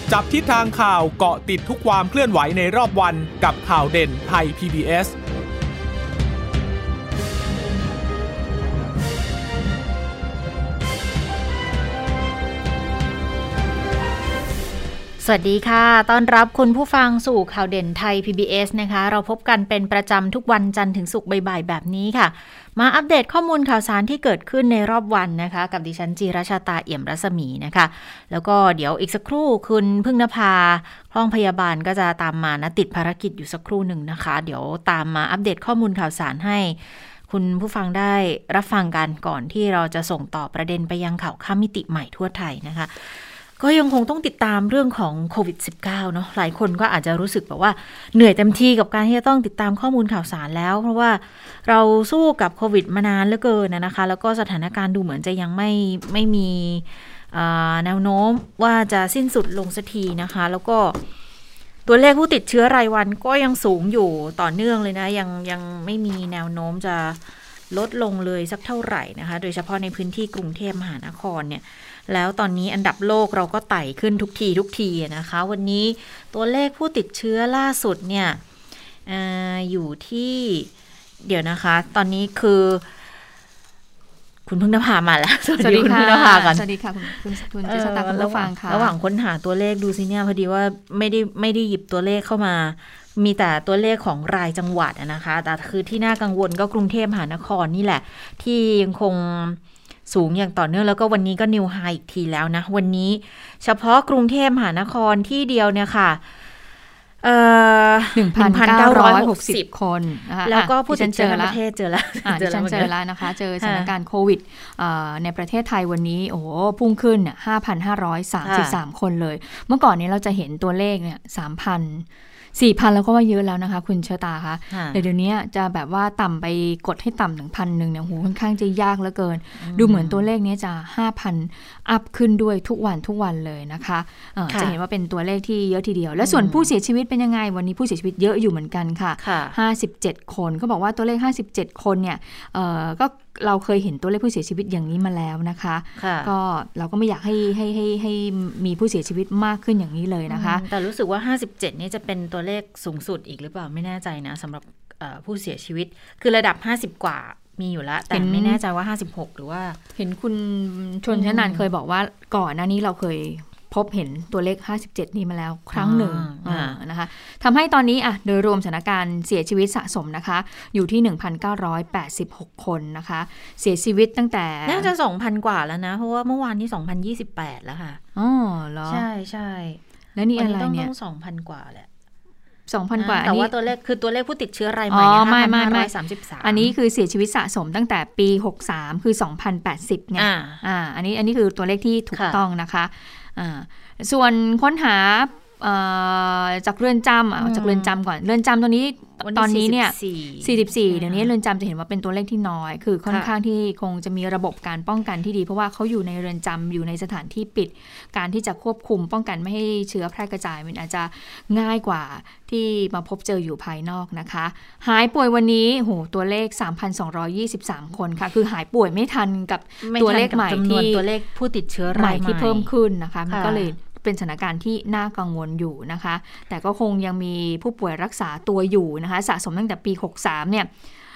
จับทิศทางข่าวเกาะติดทุกความเคลื่อนไหวในรอบวันกับข่าวเด่นไทย PBS สวัสดีค่ะต้อนรับคุณผู้ฟังสู่ข่าวเด่นไทย PBS นะคะเราพบกันเป็นประจำทุกวันจันทร์ถึงศุกร์บ่ายๆแบบนี้ค่ะมาอัปเดตข้อมูลข่าวสารที่เกิดขึ้นในรอบวันนะคะกับดิฉันจีรชาตาเอี่ยมรัศมีนะคะแล้วก็เดี๋ยวอีกสักครู่คุณพึ่งนภาคล่องพยาบาลก็จะตามมานะติดภารกิจอยู่สักครู่หนึ่งนะคะเดี๋ยวตามมาอัปเดตข้อมูลข่าวสารให้คุณผู้ฟังได้รับฟังกันก่อนที่เราจะส่งต่อประเด็นไปยังข่าวข้ามมิติใหม่ทั่วไทยนะคะก็ยังคงต้องติดตามเรื่องของโควิด -19 เนาะหลายคนก็อาจจะรู้สึกแบบว่าเหนื่อยเต็มที่กับการที่จะต้องติดตามข้อมูลข่าวสารแล้วเพราะว่าเราสู้กับโควิดมานานเหลือเกินนะคะแล้วก็สถานการณ์ดูเหมือนจะยังไม่มีแนวโน้มว่าจะสิ้นสุดลงสักทีนะคะแล้วก็ตัวเลขผู้ติดเชื้อรายวันก็ยังสูงอยู่ต่อเนื่องเลยนะยังไม่มีแนวโน้มจะลดลงเลยสักเท่าไหร่นะคะโดยเฉพาะในพื้นที่กรุงเทพมหานครเนี่ยแล้วตอนนี้อันดับโลกเราก็ไต่ขึ้นทุกทีนะคะวันนี้ตัวเลขผู้ติดเชื้อล่าสุดเนี่ยอยู่ที่เดี๋ยวนะคะตอนนี้คือคุณพึ่งนภามาแล้วสวัสดีคุณพึ่งนภาก่อนสวัสดีค่ะคุณเจษฎาคุณผู้ฟังค่ะระหว่างค้นหาตัวเลขดูสิเนี่ยพอดีว่าไม่ได้หยิบตัวเลขเข้ามามีแต่ตัวเลขของรายจังหวัดนะคะแต่คือที่น่ากังวลก็กรุงเทพมหานครนี่แหละที่ยังคงสูงอย่างต่อเนื่องแล้วก็วันนี้ก็นิวไฮอีกทีแล้วนะวันนี้เฉพาะกรุงเทพมหานครที่เดียวเนี่ยค่ะ 1,960 คนนะคะแล้วก็ผู้ติดเชื้อในประเทศเจอแล้วดิฉันเจอแล้วนะคะเจอสถานการณ์โควิดในประเทศไทยวันนี้โอ้โหพุ่งขึ้น 5,533 คนเลยเมื่อก่อนนี้เราจะเห็นตัวเลขเนี่ย4,000 แล้วก็ว่าเยอะแล้วนะคะคุณเชตาคะแต่เดี๋ยวนี้จะแบบว่าต่ำไปกดให้ต่ำถึง 1,000 เนี่ยโหค่อนข้างจะยากเหลือเกินดูเหมือนตัวเลขนี้จะ 5,000 อัพขึ้นด้วยทุกวันเลยนะคะจะเห็นว่าเป็นตัวเลขที่เยอะทีเดียวและส่วนผู้เสียชีวิตเป็นยังไงวันนี้ผู้เสียชีวิตเยอะอยู่เหมือนกันค่ะ57 คนเขาบอกว่าตัวเลข57 คนเนี่ยก็เราเคยเห็นตัวเลขผู้เสียชีวิตอย่างนี้มาแล้วนะคะก็เราก็ไม่อยากให้มีผู้เสียชีวิตมากขึ้นอย่างนี้เลยนะคะแต่รู้สึกว่า57นี่จะเป็นตัวเลขสูงสุดอีกหรือเปล่าไม่แน่ใจนะสำหรับผู้เสียชีวิตคือระดับ50กว่ามีอยู่แล้วแต่ไม่แน่ใจว่า56หรือว่าเห็นคุณชนชนันเคยบอกว่าก่อนหน้านี้เราเคยพบเห็นตัวเลข57นี้มาแล้วครั้งหนึ่งนะคะทำให้ตอนนี้โดยรวมสถานการณ์เสียชีวิตสะสมนะคะอยู่ที่ 1,986 คนนะคะเสียชีวิตตั้งแต่น่าจะ 2,000 กว่าแล้วนะเพราะว่าเมื่อวานนี้2028แล้วค่ะอ๋อเหรอใช่แล้วนี่อะไรเนี่ยต้อง 2,000 กว่าแหละ 2,000 กว่าแต่ว่าตัวเลขคือตัวเลขผู้ติดเชื้อรายใหม่5,533 อันนี้คือเสียชีวิตสะสมตั้งแต่ปี63คือ 2,080 ไงอันนี้คือตัวเลขที่ถูกต้องนะคะส่วนค้นหาจากเรือนจำจากเรือนจำก่อนเรือนจำตอนนี้เนี่ย44เดี๋ยวนี้เรือนจำจะเห็นว่าเป็นตัวเลขที่น้อยคือค่อนข้างที่คงจะมีระบบการป้องกันที่ดีเพราะว่าเขาอยู่ในเรือนจำอยู่ในสถานที่ปิดการที่จะควบคุมป้องกันไม่ให้เชื้อแพร่กระจายมันอาจจะง่ายกว่าที่มาพบเจออยู่ภายนอกนะคะหายป่วยวันนี้โหตัวเลข 3,223 คนค่ะคือหายป่วยไม่ทันกับตัวเลขใหม่ที่ตัวเลขผู้ติดเชื้อรายใหม่ที่เพิ่มขึ้นนะคะมันก็เลยเป็นสถานการณ์ที่น่ากังวลอยู่นะคะแต่ก็คงยังมีผู้ป่วยรักษาตัวอยู่นะคะสะสมตั้งแต่ปี63เนี่ย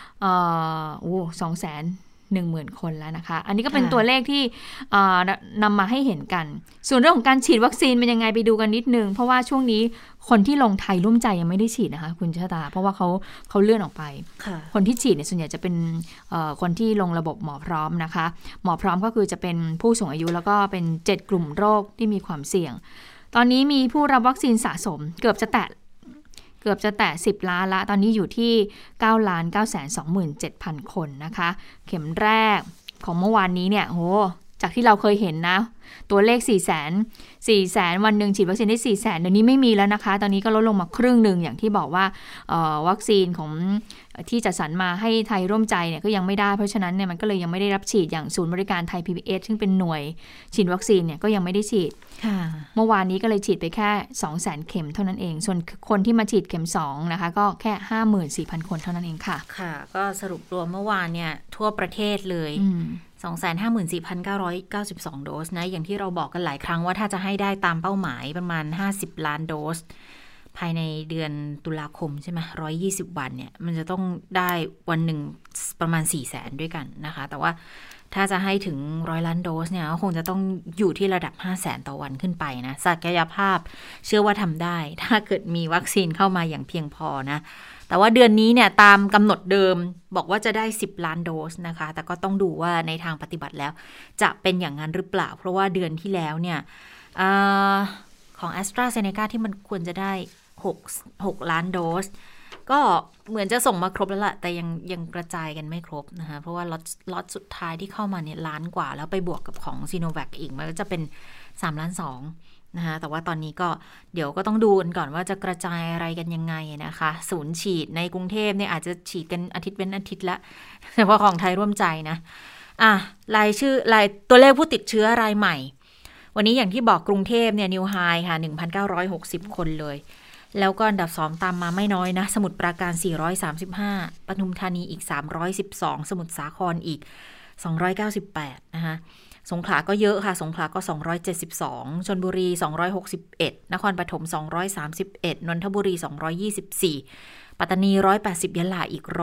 210,000 คนแล้วนะคะอันนี้ก็เป็นตัวเลขที่นำมาให้เห็นกันส่วนเรื่องของการฉีดวัคซีนเป็นยังไงไปดูกันนิดนึงเพราะว่าช่วงนี้คนที่ลงไทยร่วมใจยังไม่ได้ฉีดนะคะคุณชะตาเพราะว่าเขาเลื่อนออกไปคนที่ฉีดเนี่ยส่วนใหญ่จะเป็นคนที่ลงระบบหมอพร้อมนะคะหมอพร้อมก็คือจะเป็นผู้สูงอายุแล้วก็เป็น7กลุ่มโรคที่มีความเสี่ยงตอนนี้มีผู้รับวัคซีนสะสมเกือบจะแตะ10 ล้านละตอนนี้อยู่ที่ 9,927,000 คนนะคะเข็มแรกของเมื่อวานนี้เนี่ยโหจากที่เราเคยเห็นนะตัวเลข 400,000 วันหนึ่งฉีดวัคซีนได้ 400,000 เดี๋ยวนี้ไม่มีแล้วนะคะตอนนี้ก็ลดลงมาครึ่งหนึ่งอย่างที่บอกว่าวัคซีนของที่จัดสรรมาให้ไทยร่วมใจเนี่ยก็ยังไม่ได้เพราะฉะนั้นเนี่ยมันก็เลยยังไม่ได้รับฉีดอย่างศูนย์บริการไทย PBS ซึ่งเป็นหน่วยฉีดวัคซีนเนี่ยก็ยังไม่ได้ฉีดเมื่อวานนี้ก็เลยฉีดไปแค่ 200,000 เข็มเท่านั้นเองส่วนคนที่มาฉีดเข็ม2นะคะก็แค่ 54,000 คนเท่านั้นเองค่ะก็สรุปรวมเมื่อวานเนี่ยทั่วประเทศเลย 254,992 โดสนะอย่างที่เราบอกกันหลายครั้งว่าถ้าจะให้ได้ตามเป้าหมายประมาณ50ล้านโดสภายในเดือนตุลาคมใช่ไหม120วันเนี่ยมันจะต้องได้วันหนึ่งประมาณ 400,000 ด้วยกันนะคะแต่ว่าถ้าจะให้ถึง100ล้านโดสเนี่ยก็คงจะต้องอยู่ที่ระดับ 500,000 ต่อวันขึ้นไปนะศักยภาพเชื่อว่าทำได้ถ้าเกิดมีวัคซีนเข้ามาอย่างเพียงพอนะแต่ว่าเดือนนี้เนี่ยตามกำหนดเดิมบอกว่าจะได้10ล้านโดสนะคะแต่ก็ต้องดูว่าในทางปฏิบัติแล้วจะเป็นอย่างนั้นหรือเปล่าเพราะว่าเดือนที่แล้วเนี่ยของ AstraZeneca ที่มันควรจะได้6ล้านโดสก็เหมือนจะส่งมาครบแล้วล่ะแต่ยังกระจายกันไม่ครบนะคะเพราะว่าล็อตสุดท้ายที่เข้ามาเนี่ยล้านกว่าแล้วไปบวกกับของ Sinovac อีกมันก็จะเป็น3.2 ล้านนะคะแต่ว่าตอนนี้ก็เดี๋ยวก็ต้องดูกันก่อนว่าจะกระจายอะไรกันยังไงนะคะศูนย์ฉีดในกรุงเทพเนี่ยอาจจะฉีดกันอาทิตย์เป็นอาทิตย์ละเฉพาะของไทยร่วมใจนะรายตัวเลขผู้ติดเชื้อรายใหม่วันนี้อย่างที่บอกกรุงเทพเนี่ยนิวไฮค่ะ 1,960 คนเลยแล้วก็อันดับ2ตามมาไม่น้อยนะสมุทรปราการ435ปทุมธานีอีก312สมุทรสาครอีก298นะคะสงขลาก็เยอะค่ะสงขลาก็272ชลบุรี261นครปฐม231นนทบุรี224ปัตตานี180ยะลาอีก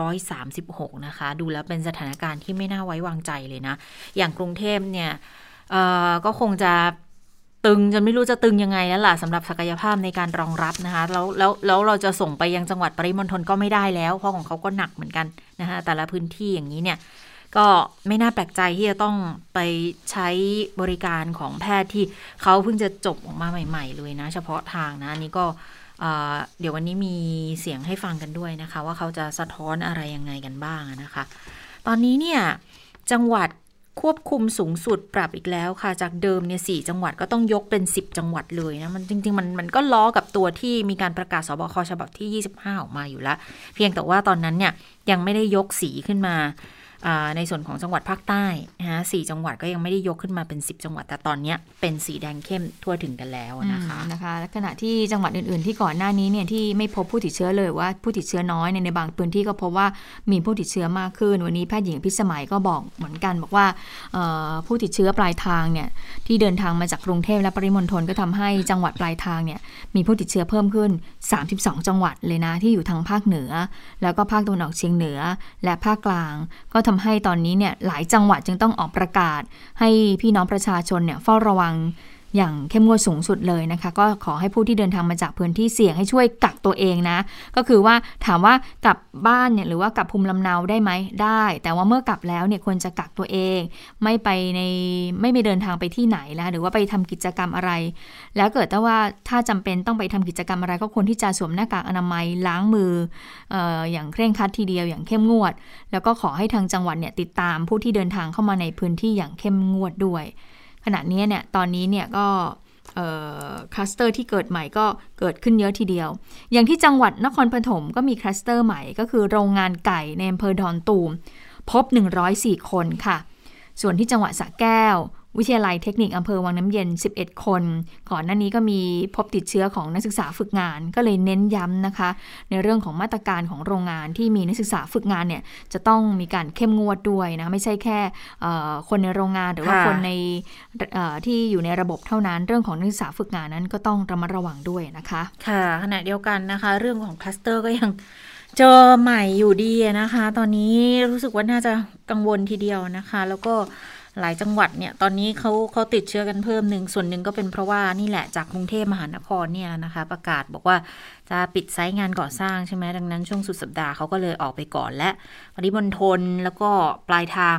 136นะคะดูแล้วเป็นสถานการณ์ที่ไม่น่าไว้วางใจเลยนะอย่างกรุงเทพเนี่ยก็คงจะตึงจนไม่รู้จะตึงยังไงแล้วล่ะสำหรับศักยภาพในการรองรับนะคะแล้วเราจะส่งไปยังจังหวัดปริมณฑลก็ไม่ได้แล้วเพราะของเขาก็หนักเหมือนกันนะคะแต่ละพื้นที่อย่างนี้เนี่ยก็ไม่น่าแปลกใจที่จะต้องไปใช้บริการของแพทย์ที่เขาเพิ่งจะจบออกมาใหม่ๆเลยนะเฉพาะทางนะนี่ก็เดี๋ยววันนี้มีเสียงให้ฟังกันด้วยนะคะว่าเขาจะสะท้อนอะไรยังไงกันบ้างนะคะตอนนี้เนี่ยจังหวัดควบคุมสูงสุดปรับอีกแล้วค่ะจากเดิมเนี่ย4จังหวัดก็ต้องยกเป็น10จังหวัดเลยนะมันจริงๆมันก็ล้อกับตัวที่มีการประกาศสบคฉบับที่25ออกมาอยู่แล้วเพียงแต่ว่าตอนนั้นเนี่ยยังไม่ได้ยกสีขึ้นมาในส่วนของจังหวัดภาคใต้นะ4จังหวัดก็ยังไม่ได้ยกขึ้นมาเป็น10จังหวัดแต่ตอนนี้เป็นสีแดงเข้มทั่วถึงกันแล้วนะคะและขณะที่จังหวัดอื่นๆที่ก่อนหน้านี้เนี่ยที่ไม่พบผู้ติดเชื้อเลยว่าผู้ติดเชื้อน้อยในบางพื้นที่ก็พบว่ามีผู้ติดเชื้อมากขึ้นวันนี้แพทย์หญิงพิสมัยก็บอกเหมือนกันบอกว่าผู้ติดเชื้อปลายทางเนี่ยที่เดินทางมาจากกรุงเทพและปริมณฑลก็ทำให้จังหวัดปลายทางเนี่ยมีผู้ติดเชื้อเพิ่มขึ้น32จังหวัดเลยนะที่อยู่ทางภาคเหนือแล้วก็ภาคตะวันออกเฉียงเหนือและภาคกลางก็ทำให้ตอนนี้เนี่ยหลายจังหวัดจึงต้องออกประกาศให้พี่น้องประชาชนเนี่ยเฝ้าระวังอย่างเข้มงวดสูงสุดเลยนะคะก็ขอให้ผู้ที่เดินทางมาจากพื้นที่เสี่ยงให้ช่วยกักตัวเองนะก็คือว่าถามว่ากลับบ้านเนี่ยหรือว่ากลับภูมิลำเนาได้ไหมได้แต่ว่าเมื่อกลับแล้วเนี่ยควรจะกักตัวเองไม่ไปเดินทางไปที่ไหนแล้วหรือว่าไปทำกิจกรรมอะไรแล้วเกิดว่าถ้าจำเป็นต้องไปทำกิจกรรมอะไรก็ควรที่จะสวมหน้ากากอนามัยล้างมืออย่างเคร่งครัดทีเดียวอย่างเข้มงวดแล้วก็ขอให้ทางจังหวัดเนี่ยติดตามผู้ที่เดินทางเข้ามาในพื้นที่อย่างเข้มงวดด้วยขณะนี้เนี่ยตอนนี้เนี่ยก็คลัสเตอร์ที่เกิดใหม่ก็เกิดขึ้นเยอะทีเดียวอย่างที่จังหวัดนครปฐมก็มีคลัสเตอร์ใหม่ก็คือโรงงานไก่ในอำเภอดอนตูมพบ104คนค่ะส่วนที่จังหวัดสระแก้ววิทยาลัยเทคนิคอำเภอวังน้ำเย็น11คนก่อนหน้านี้ก็มีพบติดเชื้อของนักศึกษาฝึกงานก็เลยเน้นย้ำนะคะในเรื่องของมาตรการของโรงงานที่มีนักศึกษาฝึกงานเนี่ยจะต้องมีการเข้มงวดด้วยนะไม่ใช่แค่คนในโรงงานหรือว่าคนในที่อยู่ในระบบเท่านั้นเรื่องของนักศึกษาฝึกงานนั้นก็ต้องระมัดระวังด้วยนะคะค่ะขณะเดียวกันนะคะเรื่องของคลัสเตอร์ก็ยังเจอใหม่อยู่ดีนะคะตอนนี้รู้สึกว่าน่าจะกังวลทีเดียวนะคะแล้วก็หลายจังหวัดเนี่ยตอนนี้เขาติดเชื้อกันเพิ่มส่วนหนึ่งก็เป็นเพราะว่านี่แหละจากกรุงเทพมหานครเนี่ยนะคะประกาศบอกว่าจะปิดไซต์งานก่อสร้างใช่ไหมดังนั้นช่วงสุดสัปดาห์เขาก็เลยออกไปก่อนและปริมณฑลแล้วก็ปลายทาง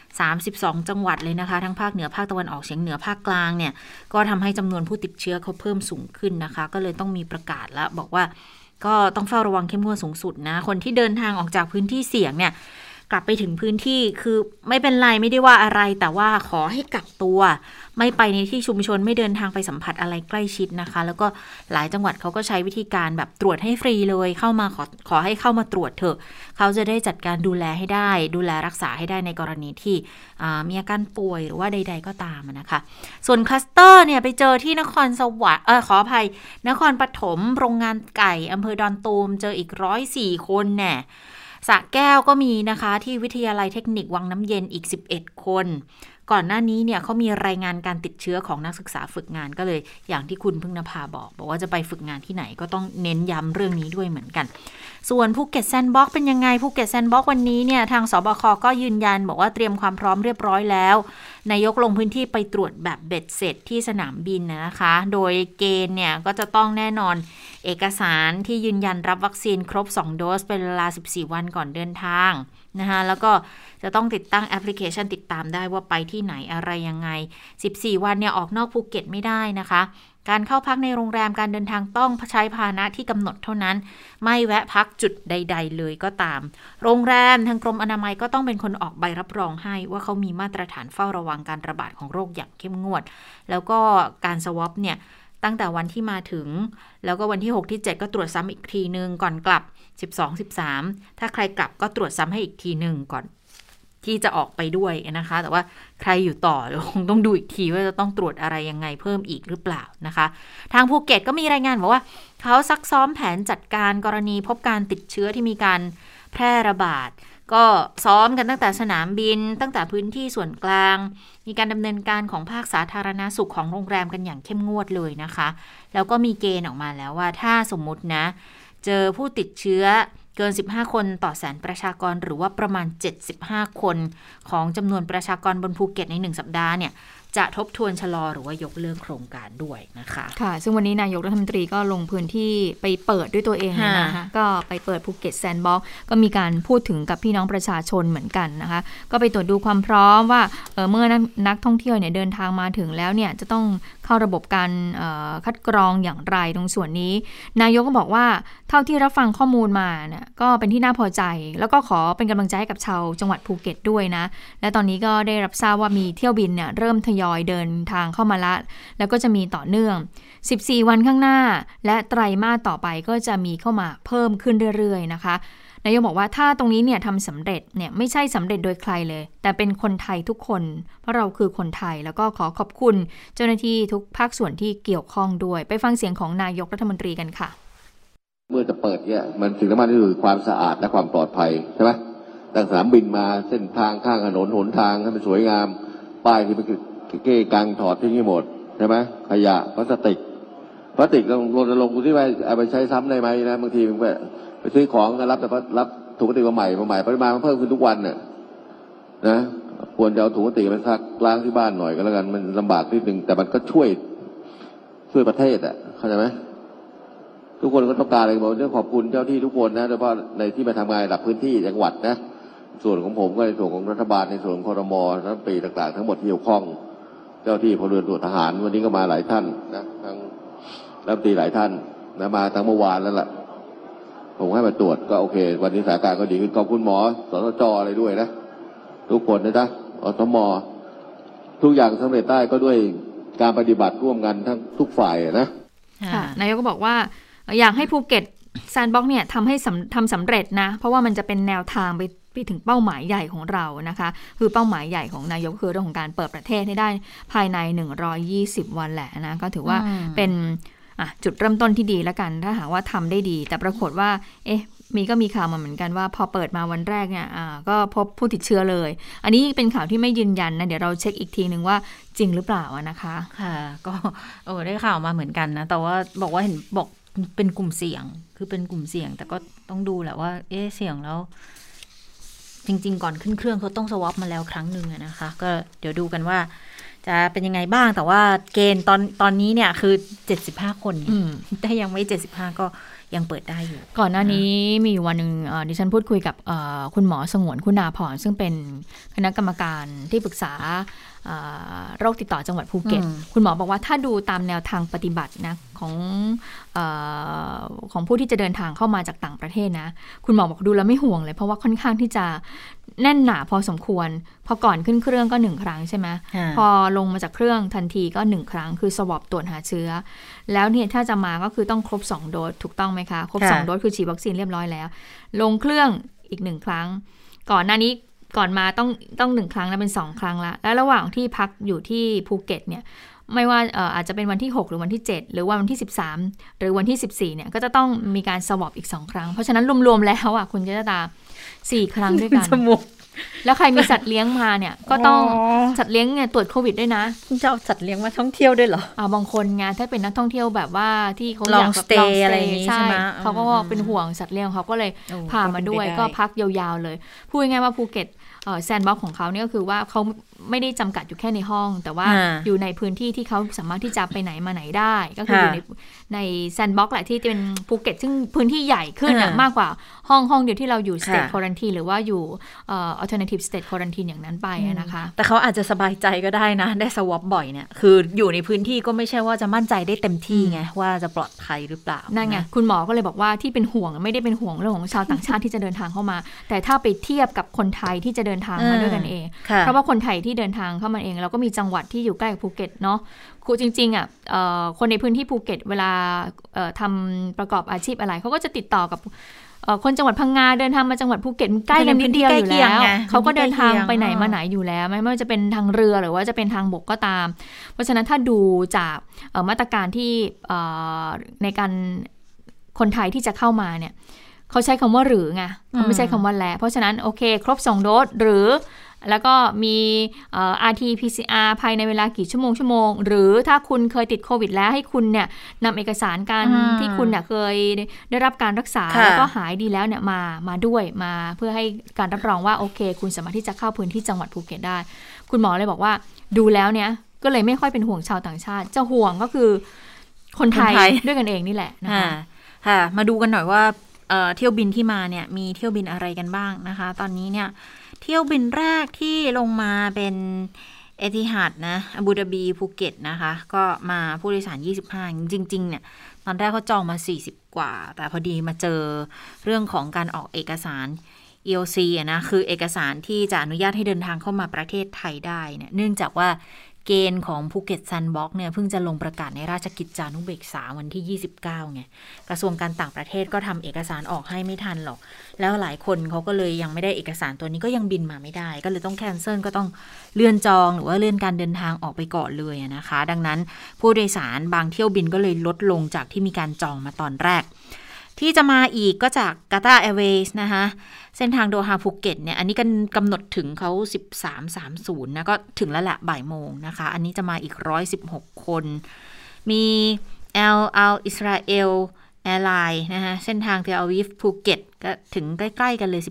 32จังหวัดเลยนะคะทั้งภาคเหนือภาคตะวันออกเฉียงเหนือภาคกลางเนี่ยก็ทำให้จำนวนผู้ติดเชื้อเขาเพิ่มสูงขึ้นนะคะก็เลยต้องมีประกาศแล้วบอกว่าก็ต้องเฝ้าระวังเข้มงวดสูงสุดนะคนที่เดินทางออกจากพื้นที่เสี่ยงเนี่ยกลับไปถึงพื้นที่คือไม่เป็นไรไม่ได้ว่าอะไรแต่ว่าขอให้กักตัวไม่ไปในที่ชุมชนไม่เดินทางไปสัมผัสอะไรใกล้ชิดนะคะแล้วก็หลายจังหวัดเขาก็ใช้วิธีการแบบตรวจให้ฟรีเลยเข้ามาขอให้เข้ามาตรวจเถอะเขาจะได้จัดการดูแลให้ได้ดูแลรักษาให้ได้ในกรณีที่มีอาการป่วยหรือว่าใดๆก็ตามนะคะส่วนคลัสเตอร์เนี่ยไปเจอที่นครสวรรค์ขออภัยนครปฐมโรงงานไก่อำเภอดอนตูมเจออีก104คนแน่สระแก้วก็มีนะคะที่วิทยาลัยเทคนิควังน้ำเย็นอีก11คนก่อนหน้านี้เนี่ยเขามีรายงานการติดเชื้อของนักศึกษาฝึกงานก็เลยอย่างที่คุณพึ่งนภาบอกว่าจะไปฝึกงานที่ไหนก็ต้องเน้นย้ำเรื่องนี้ด้วยเหมือนกันส่วนภูเก็ตแซนด์บ็อกซ์เป็นยังไงภูเก็ตแซนด์บ็อกซ์วันนี้เนี่ยทางสบคก็ยืนยันบอกว่าเตรียมความพร้อมเรียบร้อยแล้วนายกลงพื้นที่ไปตรวจแบบเบ็ดเสร็จที่สนามบินนะคะโดยเกณฑ์เนี่ยก็จะต้องแน่นอนเอกสารที่ยืนยันรับวัคซีนครบ2โดสเป็นเวลา14วันก่อนเดินทางนะคะแล้วก็จะต้องติดตั้งแอปพลิเคชันติดตามได้ว่าไปที่ไหนอะไรยังไง14วันเนี่ยออกนอกภูเก็ตไม่ได้นะคะการเข้าพักในโรงแรมการเดินทางต้องใช้พาหนะที่กำหนดเท่านั้นไม่แวะพักจุดใดๆเลยก็ตามโรงแรมทางกรมอนามัยก็ต้องเป็นคนออกใบรับรองให้ว่าเขามีมาตรฐานเฝ้าระวังการระบาดของโรคอย่างเข้มงวดแล้วก็การสวอปเนี่ยตั้งแต่วันที่มาถึงแล้วก็วันที่6ที่7ก็ตรวจซ้ำอีกทีนึงก่อนกลับ12 13ถ้าใครกลับก็ตรวจซ้ำให้อีกทีนึงก่อนที่จะออกไปด้วยนะคะแต่ว่าใครอยู่ต่อคงต้องดูอีกทีว่าจะต้องตรวจอะไรยังไงเพิ่มอีกหรือเปล่านะคะทางภูเก็ตก็มีรายงานบอกว่าเขาซักซ้อมแผนจัดการกรณีพบการติดเชื้อที่มีการแพร่ระบาดก็ซ้อมกันตั้งแต่สนามบินตั้งแต่พื้นที่ส่วนกลางมีการดำเนินการของภาคสาธารณสุขของโรงแรมกันอย่างเข้มงวดเลยนะคะแล้วก็มีเกณฑ์ออกมาแล้วว่าถ้าสมมุตินะเจอผู้ติดเชื้อเกิน15คนต่อแสนประชากรหรือว่าประมาณ75คนของจำนวนประชากรบนภูเก็ตใน1สัปดาห์เนี่ยจะทบทวนชะลอหรือว่ายกเลิกโครงการด้วยนะคะค่ะซึ่งวันนี้นายกรัฐมนตรีก็ลงพื้นที่ไปเปิดด้วยตัวเองนะคะก็ไปเปิดภูเก็ตแซนด์บ็อกซ์ก็มีการพูดถึงกับพี่น้องประชาชนเหมือนกันนะคะก็ไปตรวจดูความพร้อมว่าเมื่อนักท่องเที่ยวเนี่ยเดินทางมาถึงแล้วเนี่ยจะต้องเข้าระบบการคัดกรองอย่างไรตรงส่วนนี้นายกก็บอกว่าเท่าที่รับฟังข้อมูลมาเนี่ยก็เป็นที่น่าพอใจแล้วก็ขอเป็นกำลังใจให้กับชาวจังหวัดภูเก็ตด้วยนะและตอนนี้ก็ได้รับทราบว่ามีเที่ยวบินเนี่ยเริ่มทยอยเดินทางเข้ามาแล้วก็จะมีต่อเนื่อง14วันข้างหน้าและไตรมาสต่อไปก็จะมีเข้ามาเพิ่มขึ้นเรื่อยๆนะคะนายกบอกว่าถ้าตรงนี้เนี่ยทำสำเร็จเนี่ยไม่ใช่สำเร็จโดยใครเลยแต่เป็นคนไทยทุกคนเพราะเราคือคนไทยแล้วก็ขอขอบคุณเจ้าหน้าที่ทุกภาคส่วนที่เกี่ยวข้องด้วยไปฟังเสียงของนายกรัฐมนตรีกันค่ะเมื่อจะเปิดเนี่ยมันสิ่งสำคัญที่สุดคือความสะอาดและความปลอดภัยใช่ไหมตั้งสนามบินมาเส้นทางข้างถนนหนทางให้มันสวยงามป้ายที่มันเก้กังถอดทิ้งให้หมดใช่ไหมขยะพลาสติกเราลงดูที่ว่าเอาไปใช้ซ้ำได้ไหมนะบางทีไปซื้อของรับแต่รับถุงพลาสติกมาใหม่ปริมาณมันเพิ่มขึ้นทุกวันเนี่ยนะควรจะเอาถุงพลาสติกมาซักล้างที่บ้านหน่อยก็แล้วกันมันลำบากนิดนึงแต่มันก็ช่วยประเทศอ่ะเข้าใจไหมทุกคนก็ต้องการอะไรบอกเรื่องขอบคุณเจ้าที่ทุกคนนะโดยเฉพาะในที่มาทำงานระดับพื้นที่จังหวัดนะส่วนของผมก็ในส่วนของรัฐบาลในส่วนของครม.รัฐมนตรีต่างๆทั้งหมดที่เกี่ยวข้องเจ้าที่พลเรือนตรวจทหารวันนี้ก็มาหลายท่านนะทั้งรัฐมนตรีหลายท่านนะมาทั้งเมื่อวานแล้วล่ะผมให้มาตรวจก็โอเควันนี้สถานการณ์ก็ดีขึ้นขอบคุณหมอสสจ.อะไรด้วยนะทุกคนนะจ๊ะอสม.ทุกอย่างสำเร็จได้ก็ด้วยการปฏิบัติร่วมกันทั้งทุกฝ่ายนะนายกก็บอกว่าอยากให้ภูเก็ตแซนด์บ็อกซ์เนี่ยทำสำเร็จนะเพราะว่ามันจะเป็นแนวทางไปถึงเป้าหมายใหญ่ของเรานะคะคือเป้าหมายใหญ่ของนายกคือเรื่องของการเปิดประเทศให้ได้ภายใน120วันแหละนะก็ถือว่าเป็นจุดเริ่มต้นที่ดีแล้วกันถ้าหากว่าทำได้ดีแต่ปรากฏว่าก็มีข่าวมาเหมือนกันว่าพอเปิดมาวันแรกเนี่ยก็พบผู้ติดเชื้อเลยอันนี้เป็นข่าวที่ไม่ยืนยันนะเดี๋ยวเราเช็คอีกทีนึงว่าจริงหรือเปล่านะคะค่ะก็ได้ข่าวมาเหมือนกันนะแต่ว่าบอกว่าเห็นบอกเป็นกลุ่มเสี่ยงคือเป็นกลุ่มเสี่ยงแต่ก็ต้องดูแหละว่าเสี่ยงแล้วจริงๆก่อนขึ้นเครื่องเขาต้องสวอปมาแล้วครั้งนึงนะคะก็เดี๋ยวดูกันว่าจะเป็นยังไงบ้างแต่ว่าเกณฑ์ตอนนี้เนี่ยคือ75คนแต่ยังไม่75ก็ยังเปิดได้อยู่ก่อนหน้านี้มีวันนึงดิฉันพูดคุยกับคุณหมอสงวนคุณาภรณ์ซึ่งเป็นคณะกรรมการที่ปรึกษาโรคติดต่อจังหวัดภูเก็ตคุณหมอบอกว่าถ้าดูตามแนวทางปฏิบัตินะของผู้ที่จะเดินทางเข้ามาจากต่างประเทศนะคุณหมอบอกดูแล้วไม่ห่วงเลยเพราะว่าค่อนข้างที่จะแน่นหนาพอสมควรพอก่อนขึ้นเครื่องก็1ครั้งใช่ไหมพอลงมาจากเครื่องทันทีก็1ครั้งคือสวอปตรวจหาเชื้อแล้วเนี่ยถ้าจะมาก็คือต้องครบ2โดสถูกต้องไหมคะครบ2โดสคือฉีดวัคซีนเรียบร้อยแล้วลงเครื่องอีก1ครั้งก่อนหน้านี้ก่อนมาต้อง1ครั้งแล้วเป็น2ครั้งละแล้วระหว่างที่พักอยู่ที่ภูเก็ตเนี่ยไม่ว่าอาจจะเป็นวันที่6หรือวันที่7หรือวันที่13หรือวันที่14เนี่ยก็จะต้องมีการสวอปอีก2ครั้งเพราะฉะนั้นรวมๆแล้วอ่ะคุณเจษฎา4ครั้งด้วยกันแล้วใครมีสัตว์เลี้ยงมาเนี่ยก็ต้องสัตว์เลี้ยงเนี่ยตรวจโควิดด้วยนะคุณจะเอาสัตว์เลี้ยงมาท่องเที่ยวด้วยเหรอบางคนไงถ้าเป็นนักท่องเที่ยวแบบว่าที่เขาอยากแบบลองสเตย์ใช่ไหมเขาก็เป็นห่วงสัตว์เลี้ยงเขาก็เลยพามาด้วยก็พักยาวๆเลยพูดง่ายๆว่าภูเก็ตแซนด์บ็อกซ์ของเขาเนี่ยก็คือว่าเขาไม่ได้จำกัดอยู่แค่ในห้องแต่ว่าอยู่ในพื้นที่ที่เขาสามารถที่จะไปไหนมาไหนได้ก็คืออยู่ในแซนด์บ็อกซ์แหละที่เป็นภูเก็ตซึ่งพื้นที่ใหญ่ขึ้นมากกว่าห้องเดียวที่เราอยู่ state quarantine หรือว่าอยู่alternative state quarantine อย่างนั้นไปนะคะแต่เขาอาจจะสบายใจก็ได้นะได้สวอปบ่อยเนี่ยคืออยู่ในพื้นที่ก็ไม่ใช่ว่าจะมั่นใจได้เต็มที่ไงว่าจะปลอดภัยหรือเปล่านั่นไงคุณหมอก็เลยบอกว่าที่เป็นห่วงไม่ได้เป็นห่วงเรื่องของชาวต่างชาติที่จะเดินทางเข้ามาแต่ถ้าไปเทียบกับคนไทยที่จะเดินทางมาด้วยกันเองเพราะว่าคนไทยที่เดินทางเข้ามาเองเราก็มีจังหวัดที่อยู่ใกล้กับภูเก็ตเนาะคือจริงๆอ่ะคนในพื้นที่ภูเก็ตเวลาทำประกอบอาชีพอะไรเขาก็จะติดต่อกับคนจังหวัดพังงาเดินทางมาจังหวัดภูเก็ตใกล้กันนิดเดียวอยู่แล้วเขาก็เดินทางไปไหนมาไหนอยู่แล้วไม่ว่าจะเป็นทางเรือหรือว่าจะเป็นทางบกก็ตามเพราะฉะนั้นถ้าดูจากมาตรการที่ในการคนไทยที่จะเข้ามาเนี่ยเขาใช้คำว่าหรือไงเขาไม่ใช่คำว่าและเพราะฉะนั้นโอเคครบ2โดสหรือแล้วก็มีRT-PCR ภายในเวลากี่ชั่วโมงหรือถ้าคุณเคยติดโควิดแล้วให้คุณเนี่ยนำเอกสารการที่คุณเนี่ยเคยได้รับการรักษาแล้วก็หายดีแล้วเนี่ยมาด้วยมาเพื่อให้การรับรองว่าโอเคคุณสามารถที่จะเข้าพื้นที่จังหวัดภูเก็ตได้คุณหมอเลยบอกว่าดูแล้วเนี่ยก็เลยไม่ค่อยเป็นห่วงชาวต่างชาติจะห่วงก็คือคนไทยด้วยกันเองนี่แหละนะคะค่ะมาดูกันหน่อยว่าเที่ยวบินที่มาเนี่ยมีเที่ยวบินอะไรกันบ้างนะคะตอนนี้เนี่ยเที่ยวบินแรกที่ลงมาเป็นเอติฮัดนะอาบูดาบีภูเก็ตนะคะก็มาผู้โดยสาร25จริงๆเนี่ยตอนแรกเขาจองมา40กว่าแต่พอดีมาเจอเรื่องของการออกเอกสาร EOC นะคือเอกสารที่จะอนุญาตให้เดินทางเข้ามาประเทศไทยได้เนี่ยเนื่องจากว่าเกณฑ์ของภูเก็ตแซนด์บ็อกซ์เนี่ยเพิ่งจะลงประกาศในราชกิจจานุเบกษาวันที่29ไงกระทรวงการต่างประเทศก็ทำเอกสารออกให้ไม่ทันหรอกแล้วหลายคนเขาก็เลยยังไม่ได้เอกสารตัวนี้ก็ยังบินมาไม่ได้ก็เลยต้องแคนเซิลก็ต้องเลื่อนจองหรือว่าเลื่อนการเดินทางออกไปก่อนเลยนะคะดังนั้นผู้โดยสารบางเที่ยวบินก็เลยลดลงจากที่มีการจองมาตอนแรกที่จะมาอีกก็จากกาตาร์แอร์เวย์นะคะเส้นทางโดฮาภูเก็ตเนี่ยอันนี้กันกำหนดถึงเขา 13:30 นะก็ถึงแล้วแหละบ่ายโมงนะคะอันนี้จะมาอีก116คนมีแอลอิสราเอลแอร์ไลน์นะคะเส้นทางเทลอาวีฟภูเก็ตก็ถึงใกล้ๆกันเลย